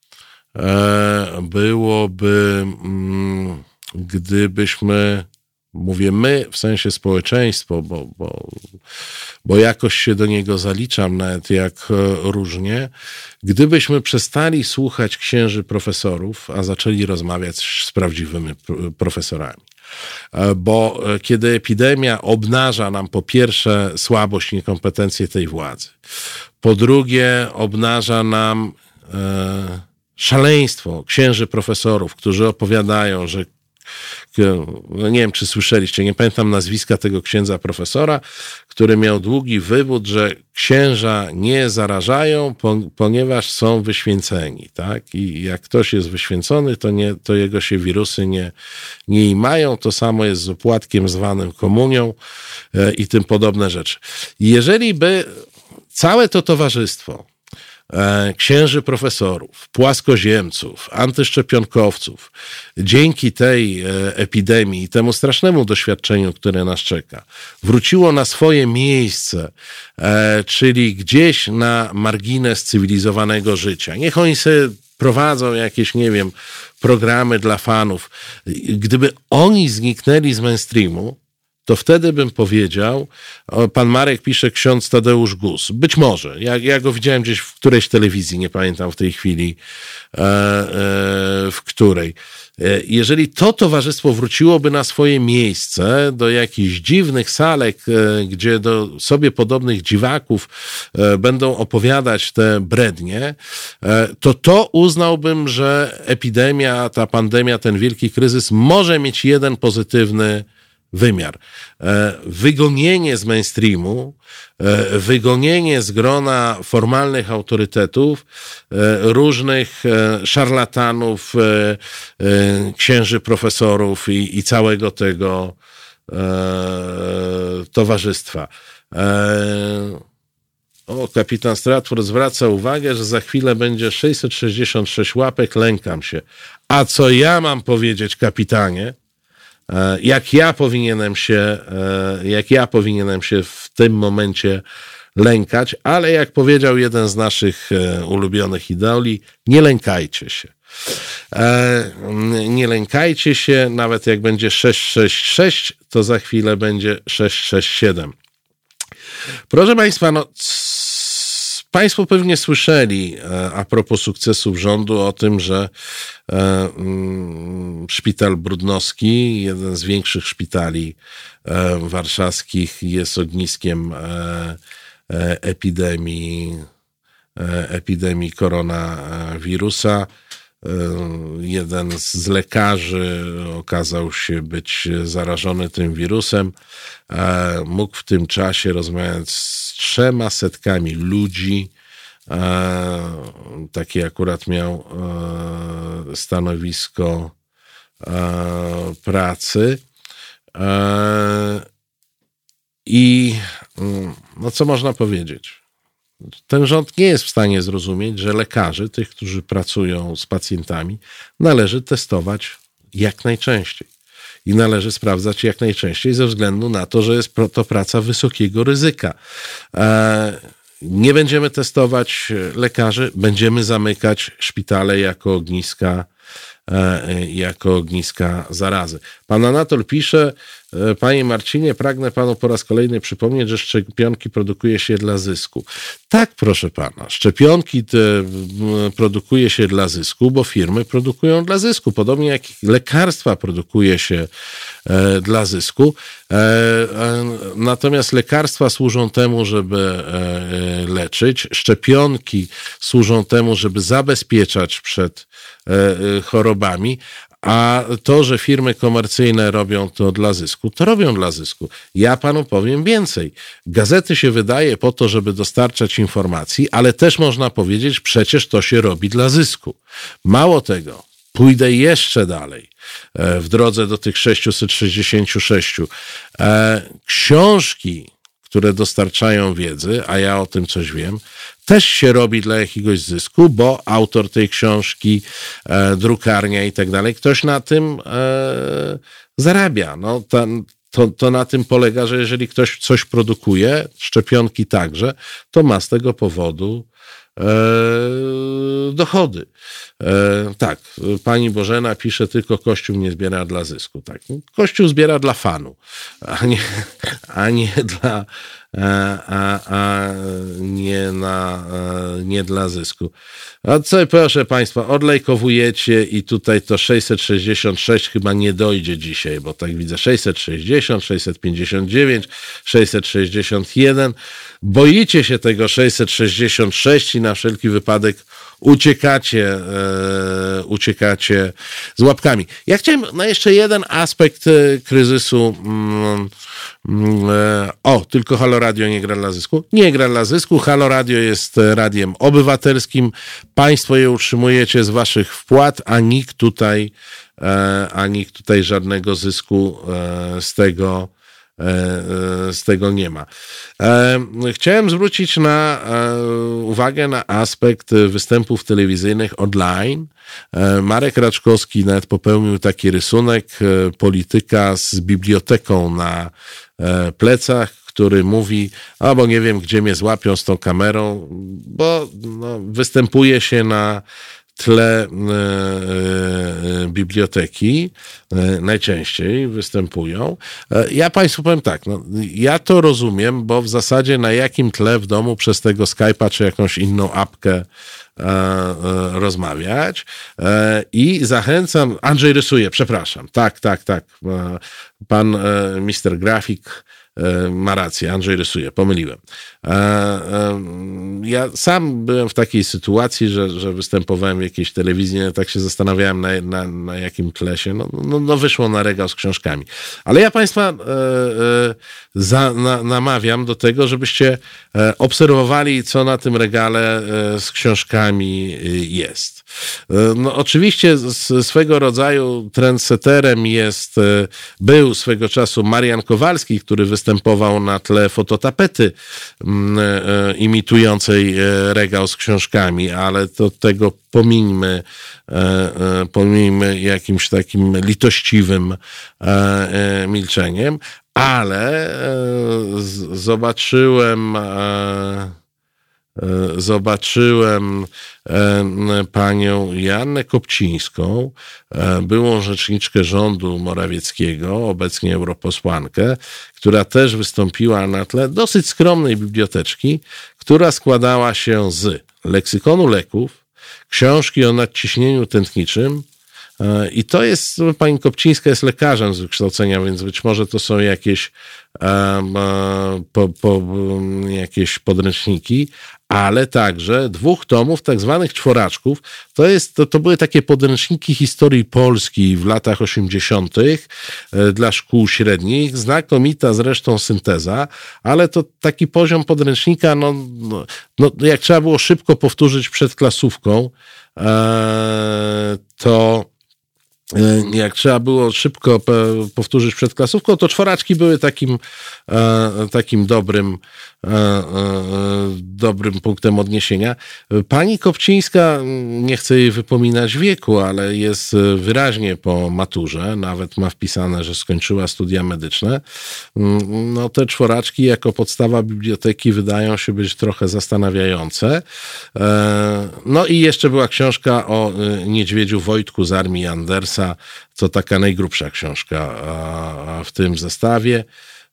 e, byłoby, mm, gdybyśmy, mówię my, w sensie społeczeństwo, bo, bo, bo jakoś się do niego zaliczam, nawet jak różnie, gdybyśmy przestali słuchać księży profesorów, a zaczęli rozmawiać z prawdziwymi profesorami. Bo kiedy epidemia obnaża nam po pierwsze słabość, niekompetencje tej władzy, po drugie obnaża nam e, szaleństwo księży profesorów, którzy opowiadają, że no nie wiem, czy słyszeliście, nie pamiętam nazwiska tego księdza profesora, który miał długi wywód, że księża nie zarażają, po, ponieważ są wyświęceni, tak? I jak ktoś jest wyświęcony, to, nie, to jego się wirusy nie, nie imają. To samo jest z opłatkiem zwanym komunią e, i tym podobne rzeczy. Jeżeli by całe to towarzystwo księży profesorów, płaskoziemców, antyszczepionkowców, dzięki tej epidemii i temu strasznemu doświadczeniu, które nas czeka, wróciło na swoje miejsce, czyli gdzieś na margines cywilizowanego życia. Niech oni sobie prowadzą jakieś, nie wiem, programy dla fanów. Gdyby oni zniknęli z mainstreamu, to wtedy bym powiedział, pan Marek pisze ksiądz Tadeusz Gus. Być może. Ja, ja go widziałem gdzieś w którejś telewizji, nie pamiętam w tej chwili, e, e, w której. Jeżeli to towarzystwo wróciłoby na swoje miejsce do jakichś dziwnych salek, e, gdzie do sobie podobnych dziwaków e, będą opowiadać te brednie, e, to to uznałbym, że epidemia, ta pandemia, ten wielki kryzys może mieć jeden pozytywny wymiar. Wygonienie z mainstreamu, wygonienie z grona formalnych autorytetów, różnych szarlatanów, księży profesorów i, i całego tego towarzystwa. O, kapitan Stratford zwraca uwagę, że za chwilę będzie sześćset sześćdziesiąt sześć łapek, lękam się. A co ja mam powiedzieć, kapitanie? Jak ja powinienem się, jak ja powinienem się w tym momencie lękać, ale jak powiedział jeden z naszych ulubionych idoli, nie lękajcie się. Nie lękajcie się, nawet jak będzie sześć sześć sześć, to za chwilę będzie sześć sześć siedem. Proszę Państwa, no, c- Państwo pewnie słyszeli a propos sukcesów rządu o tym, że e, mm, szpital Brudnowski, jeden z większych szpitali e, warszawskich, jest ogniskiem e, e, epidemii, e, epidemii koronawirusa. Jeden z lekarzy okazał się być zarażony tym wirusem. Mógł w tym czasie rozmawiać z trzema setkami ludzi. Takie akurat miał stanowisko pracy. I no co można powiedzieć? Ten rząd nie jest w stanie zrozumieć, że lekarzy, tych, którzy pracują z pacjentami, należy testować jak najczęściej. I należy sprawdzać jak najczęściej ze względu na to, że jest to praca wysokiego ryzyka. Nie będziemy testować lekarzy, będziemy zamykać szpitale jako ogniska, jako ogniska zarazy. Pan Anatol pisze: Panie Marcinie, pragnę panu po raz kolejny przypomnieć, że szczepionki produkuje się dla zysku. Tak, proszę pana, szczepionki te produkuje się dla zysku, bo firmy produkują dla zysku. Podobnie jak lekarstwa produkuje się dla zysku. Natomiast lekarstwa służą temu, żeby leczyć. Szczepionki służą temu, żeby zabezpieczać przed chorobami. A to, że firmy komercyjne robią to dla zysku, to robią dla zysku. Ja panu powiem więcej. Gazety się wydaje po to, żeby dostarczać informacji, ale też można powiedzieć, przecież to się robi dla zysku. Mało tego, pójdę jeszcze dalej w drodze do tych sześćset sześćdziesiąt sześć. Książki, które dostarczają wiedzy, a ja o tym coś wiem, też się robi dla jakiegoś zysku, bo autor tej książki, e, drukarnia i tak dalej, ktoś na tym e, zarabia. No, ta, to, to na tym polega, że jeżeli ktoś coś produkuje, szczepionki także, to ma z tego powodu e, dochody. E, tak, pani Bożena pisze, tylko Kościół nie zbiera dla zysku. Tak, Kościół zbiera dla fanu, a nie, a nie dla A, a, a nie, na, nie dla zysku. A co, proszę Państwa, odlejkowujecie i tutaj to sześćset sześćdziesiąt sześć chyba nie dojdzie dzisiaj, bo tak widzę sześćset sześćdziesiąt, sześćset pięćdziesiąt dziewięć, sześćset sześćdziesiąt jeden. Boicie się tego sześćset sześćdziesiąt sześć i na wszelki wypadek uciekacie, e, uciekacie z łapkami. Ja chciałem na jeszcze jeden aspekt kryzysu. Mm, mm, e, o, tylko Halo Radio nie gra dla zysku? Nie gra dla zysku. Halo Radio jest radiem obywatelskim. Państwo je utrzymujecie z waszych wpłat, a nikt tutaj, e, a nikt tutaj żadnego zysku e, z tego z tego nie ma. Chciałem zwrócić na uwagę na aspekt występów telewizyjnych online. Marek Raczkowski nawet popełnił taki rysunek polityka z biblioteką na plecach, który mówi, albo nie wiem, gdzie mnie złapią z tą kamerą, bo no, występuje się na tle e, e, biblioteki, e, najczęściej występują. E, ja Państwu powiem tak, no, ja to rozumiem, bo w zasadzie na jakim tle w domu przez tego Skype'a czy jakąś inną apkę e, e, rozmawiać e, i zachęcam, Andrzej rysuje, przepraszam, tak, tak, tak, e, pan e, mister Grafik Ma rację, Andrzej rysuje, pomyliłem. Ja sam byłem w takiej sytuacji, że, że występowałem w jakiejś telewizji, tak się zastanawiałem na, na, na jakim tle się, no, no, no wyszło na regał z książkami. Ale ja Państwa e, e, za, na, namawiam do tego, żebyście e, obserwowali, co na tym regale e, z książkami e, jest. E, no oczywiście z, swego rodzaju trendseterem jest, e, był swego czasu Marian Kowalski, który występował na tle fototapety m, e, imitującej e, regał z książkami, ale to tego pomińmy, e, e, pomińmy jakimś takim litościwym e, e, milczeniem, ale e, z, zobaczyłem e, Zobaczyłem panią Joannę Kopcińską, byłą rzeczniczkę rządu Morawieckiego, obecnie europosłankę, która też wystąpiła na tle dosyć skromnej biblioteczki, która składała się z leksykonu leków, książki o nadciśnieniu tętniczym. I to jest, pani Kopcińska jest lekarzem z wykształcenia, więc być może to są jakieś, um, po, po, jakieś podręczniki, ale także dwóch tomów tak zwanych czworaczków. To, jest, to, to były takie podręczniki historii Polski w latach osiemdziesiątych dla szkół średnich. Znakomita zresztą synteza, ale to taki poziom podręcznika, no, no jak trzeba było szybko powtórzyć przed klasówką, to jak trzeba było szybko powtórzyć przed klasówką, to czworaczki były takim, takim dobrym, dobrym punktem odniesienia. Pani Kopcińska, nie chcę jej wypominać wieku, ale jest wyraźnie po maturze, nawet ma wpisane, że skończyła studia medyczne. No te czworaczki jako podstawa biblioteki wydają się być trochę zastanawiające. No i jeszcze była książka o niedźwiedziu Wojtku z armii Andersa, to taka najgrubsza książka w tym zestawie.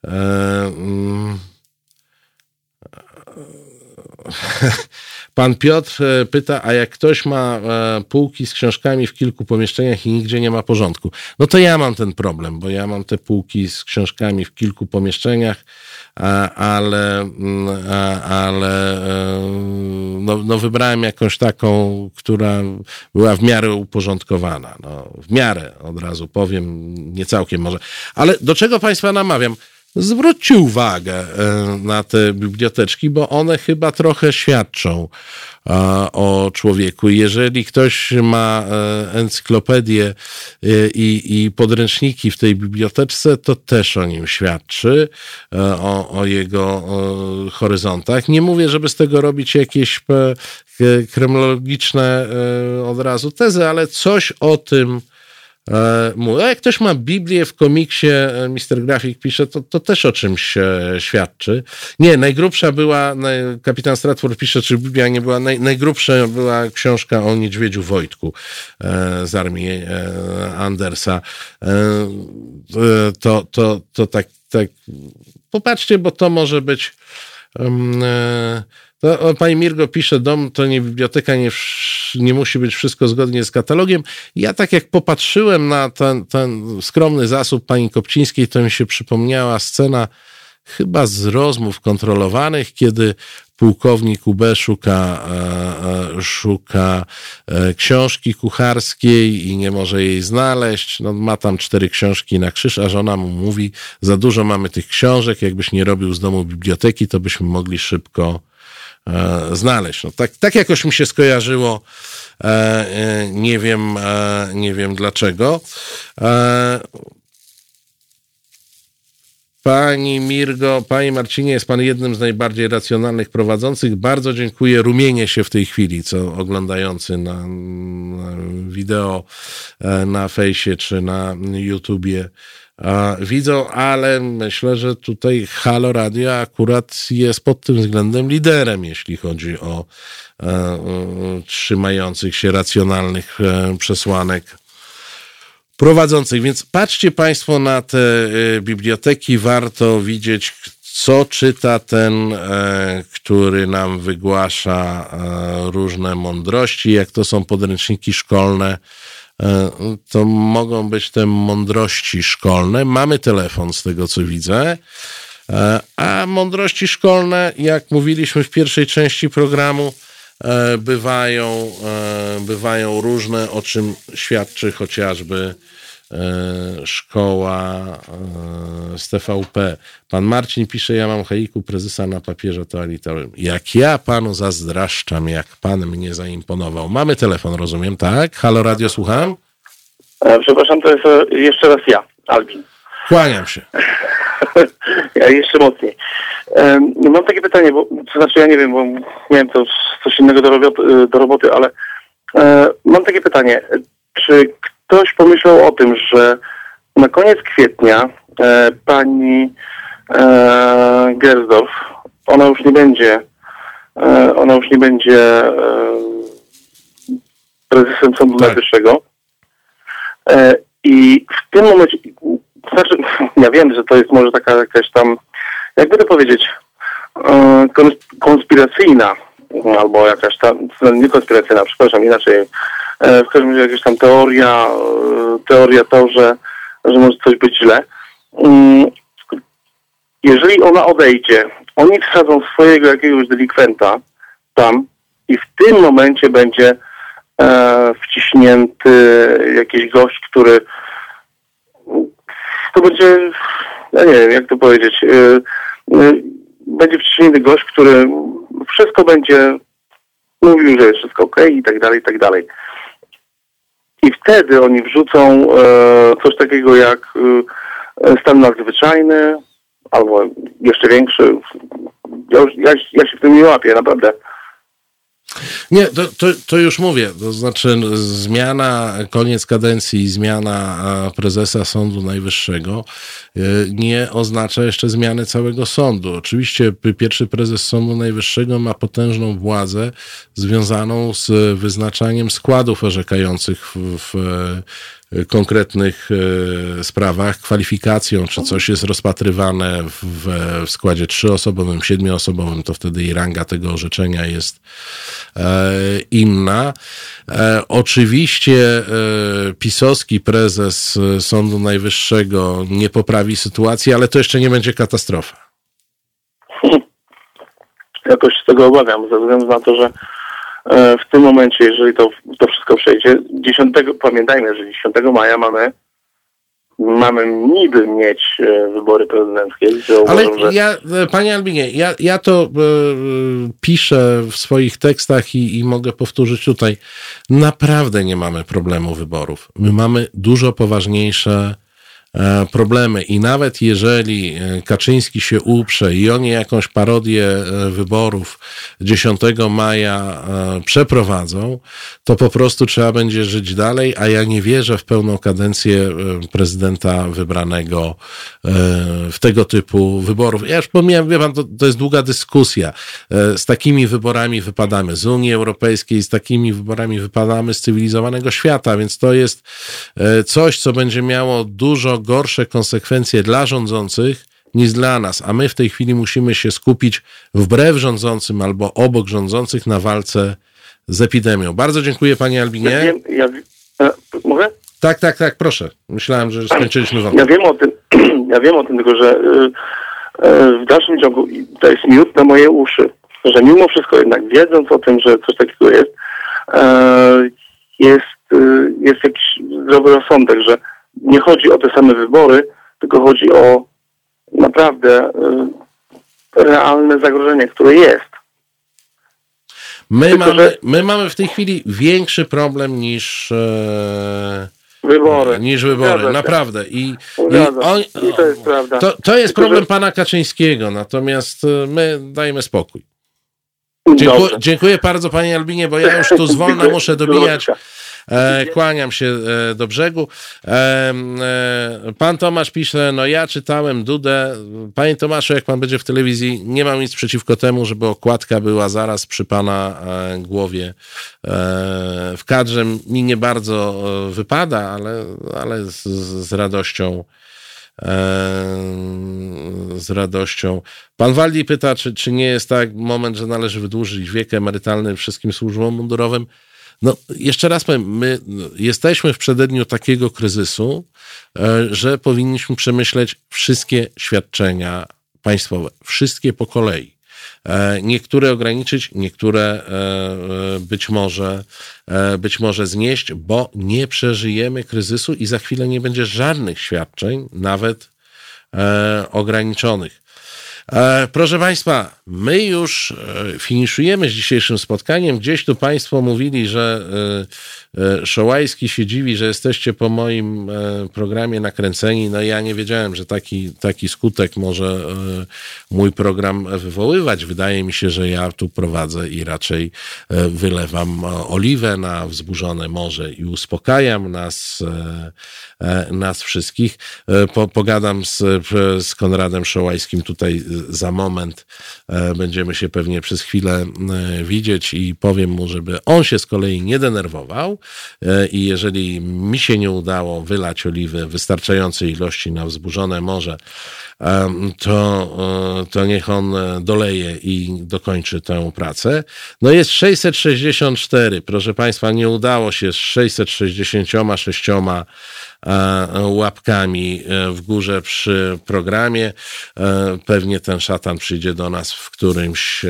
Pan Piotr pyta, a jak ktoś ma półki z książkami w kilku pomieszczeniach i nigdzie nie ma porządku? No to ja mam ten problem, bo ja mam te półki z książkami w kilku pomieszczeniach, ale, ale no, no wybrałem jakąś taką, która była w miarę uporządkowana. No, w miarę, od razu powiem, nie całkiem może. Ale do czego Państwa namawiam? Zwróćcie uwagę na te biblioteczki, bo one chyba trochę świadczą o człowieku. Jeżeli ktoś ma encyklopedię i, i podręczniki w tej biblioteczce, to też o nim świadczy, o, o jego horyzontach. Nie mówię, żeby z tego robić jakieś kremlologiczne od razu tezy, ale coś o tym mówi. A jak ktoś ma Biblię w komiksie, mister Grafik pisze, to, to też o czymś świadczy. Nie, najgrubsza była, kapitan Stratford pisze, czy Biblia nie była, naj, najgrubsza była książka o niedźwiedziu Wojtku z armii Andersa. To, to, to tak, tak, popatrzcie, bo to może być... Um, To pani Mirgo pisze, dom to nie biblioteka, nie, nie musi być wszystko zgodnie z katalogiem. Ja tak jak popatrzyłem na ten, ten skromny zasób pani Kopcińskiej, to mi się przypomniała scena chyba z rozmów kontrolowanych, kiedy pułkownik U B szuka, e, szuka e, książki kucharskiej i nie może jej znaleźć. No, ma tam cztery książki na krzyż, a żona mu mówi, za dużo mamy tych książek, jakbyś nie robił z domu biblioteki, to byśmy mogli szybko e, znaleźć. No, tak, tak jakoś mi się skojarzyło, e, e, nie wiem, e, nie wiem dlaczego. E, Pani Mirgo, Panie Marcinie, jest Pan jednym z najbardziej racjonalnych prowadzących. Bardzo dziękuję. Rumienię się w tej chwili, co oglądający na, na wideo na fejsie czy na YouTubie widzą, ale myślę, że tutaj Halo Radio akurat jest pod tym względem liderem, jeśli chodzi o e, trzymających się racjonalnych e, przesłanek prowadzących. Więc patrzcie Państwo na te y, biblioteki. Warto widzieć, co czyta ten, e, który nam wygłasza e, różne mądrości. Jak to są podręczniki szkolne, e, to mogą być te mądrości szkolne. Mamy telefon, z tego co widzę. A mądrości szkolne, jak mówiliśmy w pierwszej części programu, bywają, bywają różne, o czym świadczy chociażby szkoła z T V P. Pan Marcin pisze, ja mam haiku prezesa na papierze toaletowym. Jak ja panu zazdraszczam, jak pan mnie zaimponował. Mamy telefon, rozumiem, tak? Halo Radio, słucham? Przepraszam, to jest jeszcze raz ja, Albin. Kłaniam się. Ja jeszcze mocniej. Um, mam takie pytanie, bo to znaczy ja nie wiem, bo miałem to coś innego do roboty, do roboty ale e, mam takie pytanie. Czy ktoś pomyślał o tym, że na koniec kwietnia e, pani e, Gersdorf, ona już nie będzie e, ona już nie będzie e, prezesem Sądu tak. Najwyższego e, i w tym momencie, znaczy ja wiem, że to jest może taka jakaś tam, jakby to powiedzieć, e, konspiracyjna albo jakaś tam, nie konspiracyjna, przepraszam, inaczej, w każdym razie jakaś tam teoria, teoria to, że, że może coś być źle. Jeżeli ona odejdzie, oni wsadzą swojego jakiegoś delikwenta tam i w tym momencie będzie e, wciśnięty jakiś gość, który to będzie, ja nie wiem, jak to powiedzieć, e, e, będzie wciśnięty gość, który wszystko będzie mówił, że jest wszystko okej okay, i tak dalej, i tak dalej. I wtedy oni wrzucą e, coś takiego jak e, stan nadzwyczajny, albo jeszcze większy. Ja, już, ja, ja się w tym nie łapię, naprawdę. Nie, to, to, to już mówię, to znaczy zmiana, koniec kadencji, zmiana prezesa Sądu Najwyższego nie oznacza jeszcze zmiany całego sądu. Oczywiście pierwszy prezes Sądu Najwyższego ma potężną władzę związaną z wyznaczaniem składów orzekających w, w konkretnych e, sprawach, kwalifikacją, czy coś jest rozpatrywane w, w składzie trzyosobowym, siedmioosobowym, to wtedy i ranga tego orzeczenia jest e, inna. E, oczywiście e, pisowski prezes Sądu Najwyższego nie poprawi sytuacji, ale to jeszcze nie będzie katastrofa. Jakoś z tego obawiam, ze względu na to, że w tym momencie, jeżeli to, to wszystko przejdzie, dziesiątego, pamiętajmy, że dziesiątego maja mamy mamy niby mieć wybory prezydenckie. Ale uważam, że... ja, panie Albinie, ja, ja to e, piszę w swoich tekstach i, i mogę powtórzyć tutaj. Naprawdę nie mamy problemu wyborów. My mamy dużo poważniejsze problemy i nawet jeżeli Kaczyński się uprze i oni jakąś parodię wyborów dziesiątego maja przeprowadzą, to po prostu trzeba będzie żyć dalej, a ja nie wierzę w pełną kadencję prezydenta wybranego w tego typu wyborów. Ja już pomijam, wie pan, to, to jest długa dyskusja. Z takimi wyborami wypadamy z Unii Europejskiej, z takimi wyborami wypadamy z cywilizowanego świata, więc to jest coś, co będzie miało dużo gorsze konsekwencje dla rządzących niż dla nas, a my w tej chwili musimy się skupić wbrew rządzącym albo obok rządzących na walce z epidemią. Bardzo dziękuję, panie Albinie. Ja wiem, ja, ja, mogę? Tak, tak, tak, proszę. Myślałem, że skończyliśmy wam. Ja wiem o tym, ja wiem o tym, tylko że w dalszym ciągu to jest miód na moje uszy, że mimo wszystko jednak wiedząc o tym, że coś takiego jest, jest, jest jakiś zdrowy rozsądek, że nie chodzi o te same wybory, tylko chodzi o naprawdę y, realne zagrożenie, które jest. My, tylko, mamy, że... my mamy w tej chwili większy problem niż e, wybory. Niż wybory, naprawdę. I, i, on, I to jest prawda. To, to jest tylko, problem że... pana Kaczyńskiego, natomiast my dajmy spokój. Dziękuję, dziękuję bardzo, panie Albinie, bo ja już tu zwolna muszę dobijać. E, kłaniam się e, do brzegu. E, e, pan Tomasz pisze, no ja czytałem Dudę. Panie Tomaszu, jak pan będzie w telewizji, nie mam nic przeciwko temu, żeby okładka była zaraz przy pana e, głowie e, w kadrze. Mi nie bardzo wypada, ale, ale z, z radością z radością. Pan Waldi pyta, czy, czy nie jest tak moment, że należy wydłużyć wiek emerytalny wszystkim służbom mundurowym. No, jeszcze raz powiem, my jesteśmy w przededniu takiego kryzysu, że powinniśmy przemyśleć wszystkie świadczenia państwowe, wszystkie po kolei. Niektóre ograniczyć, niektóre być może, być może znieść, bo nie przeżyjemy kryzysu i za chwilę nie będzie żadnych świadczeń, nawet ograniczonych. Proszę Państwa, my już finiszujemy z dzisiejszym spotkaniem. Gdzieś tu Państwo mówili, że Szołajski się dziwi, że jesteście po moim programie nakręceni. No ja nie wiedziałem, że taki, taki skutek może mój program wywoływać. Wydaje mi się, że ja tu prowadzę i raczej wylewam oliwę na wzburzone morze i uspokajam nas, nas wszystkich. Po, pogadam z, z Konradem Szołajskim tutaj za moment. Będziemy się pewnie przez chwilę widzieć i powiem mu, żeby on się z kolei nie denerwował i jeżeli mi się nie udało wylać oliwy wystarczającej ilości na wzburzone morze, to, to niech on doleje i dokończy tę pracę. No jest sześćset sześćdziesiąt cztery, proszę Państwa, nie udało się z sześćset sześćdziesiąt sześć łapkami w górze przy programie. Pewnie ten szatan przyjdzie do nas w którymś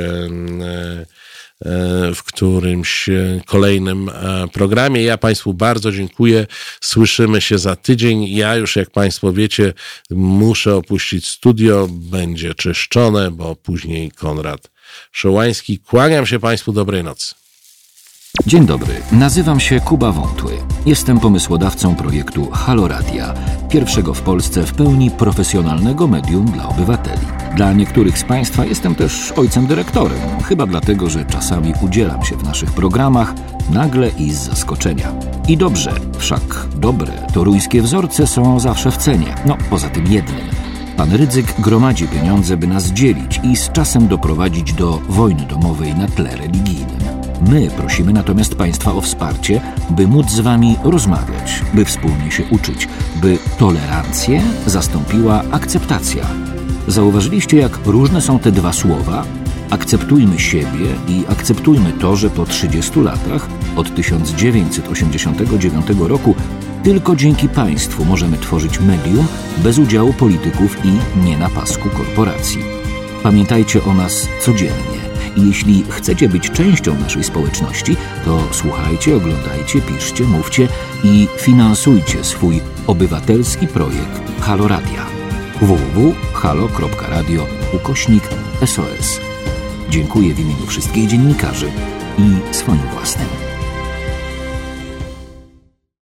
w którymś kolejnym programie. Ja Państwu bardzo dziękuję. Słyszymy się za tydzień. Ja już, jak Państwo wiecie, muszę opuścić studio. Będzie czyszczone, bo później Konrad Szołański. Kłaniam się Państwu. Dobrej nocy. Dzień dobry, nazywam się Kuba Wątły. Jestem pomysłodawcą projektu Halo Radia, pierwszego w Polsce w pełni profesjonalnego medium dla obywateli. Dla niektórych z Państwa jestem też ojcem dyrektorem, chyba dlatego, że czasami udzielam się w naszych programach nagle i z zaskoczenia. I dobrze, wszak dobre toruńskie wzorce są zawsze w cenie, no poza tym jednym. Pan Rydzyk gromadzi pieniądze, by nas dzielić i z czasem doprowadzić do wojny domowej na tle religijnym. My prosimy natomiast Państwa o wsparcie, by móc z Wami rozmawiać, by wspólnie się uczyć, by tolerancję zastąpiła akceptacja. Zauważyliście, jak różne są te dwa słowa? Akceptujmy siebie i akceptujmy to, że po trzydziestu latach, od tysiąc dziewięćset osiemdziesiątego dziewiątego roku, tylko dzięki państwu możemy tworzyć medium bez udziału polityków i nie na pasku korporacji. Pamiętajcie o nas codziennie. I jeśli chcecie być częścią naszej społeczności, to słuchajcie, oglądajcie, piszcie, mówcie i finansujcie swój obywatelski projekt Halo Radia. w w w kropka halo kropka radio ukośnik S O S. Dziękuję w imieniu wszystkich dziennikarzy i swoim własnym.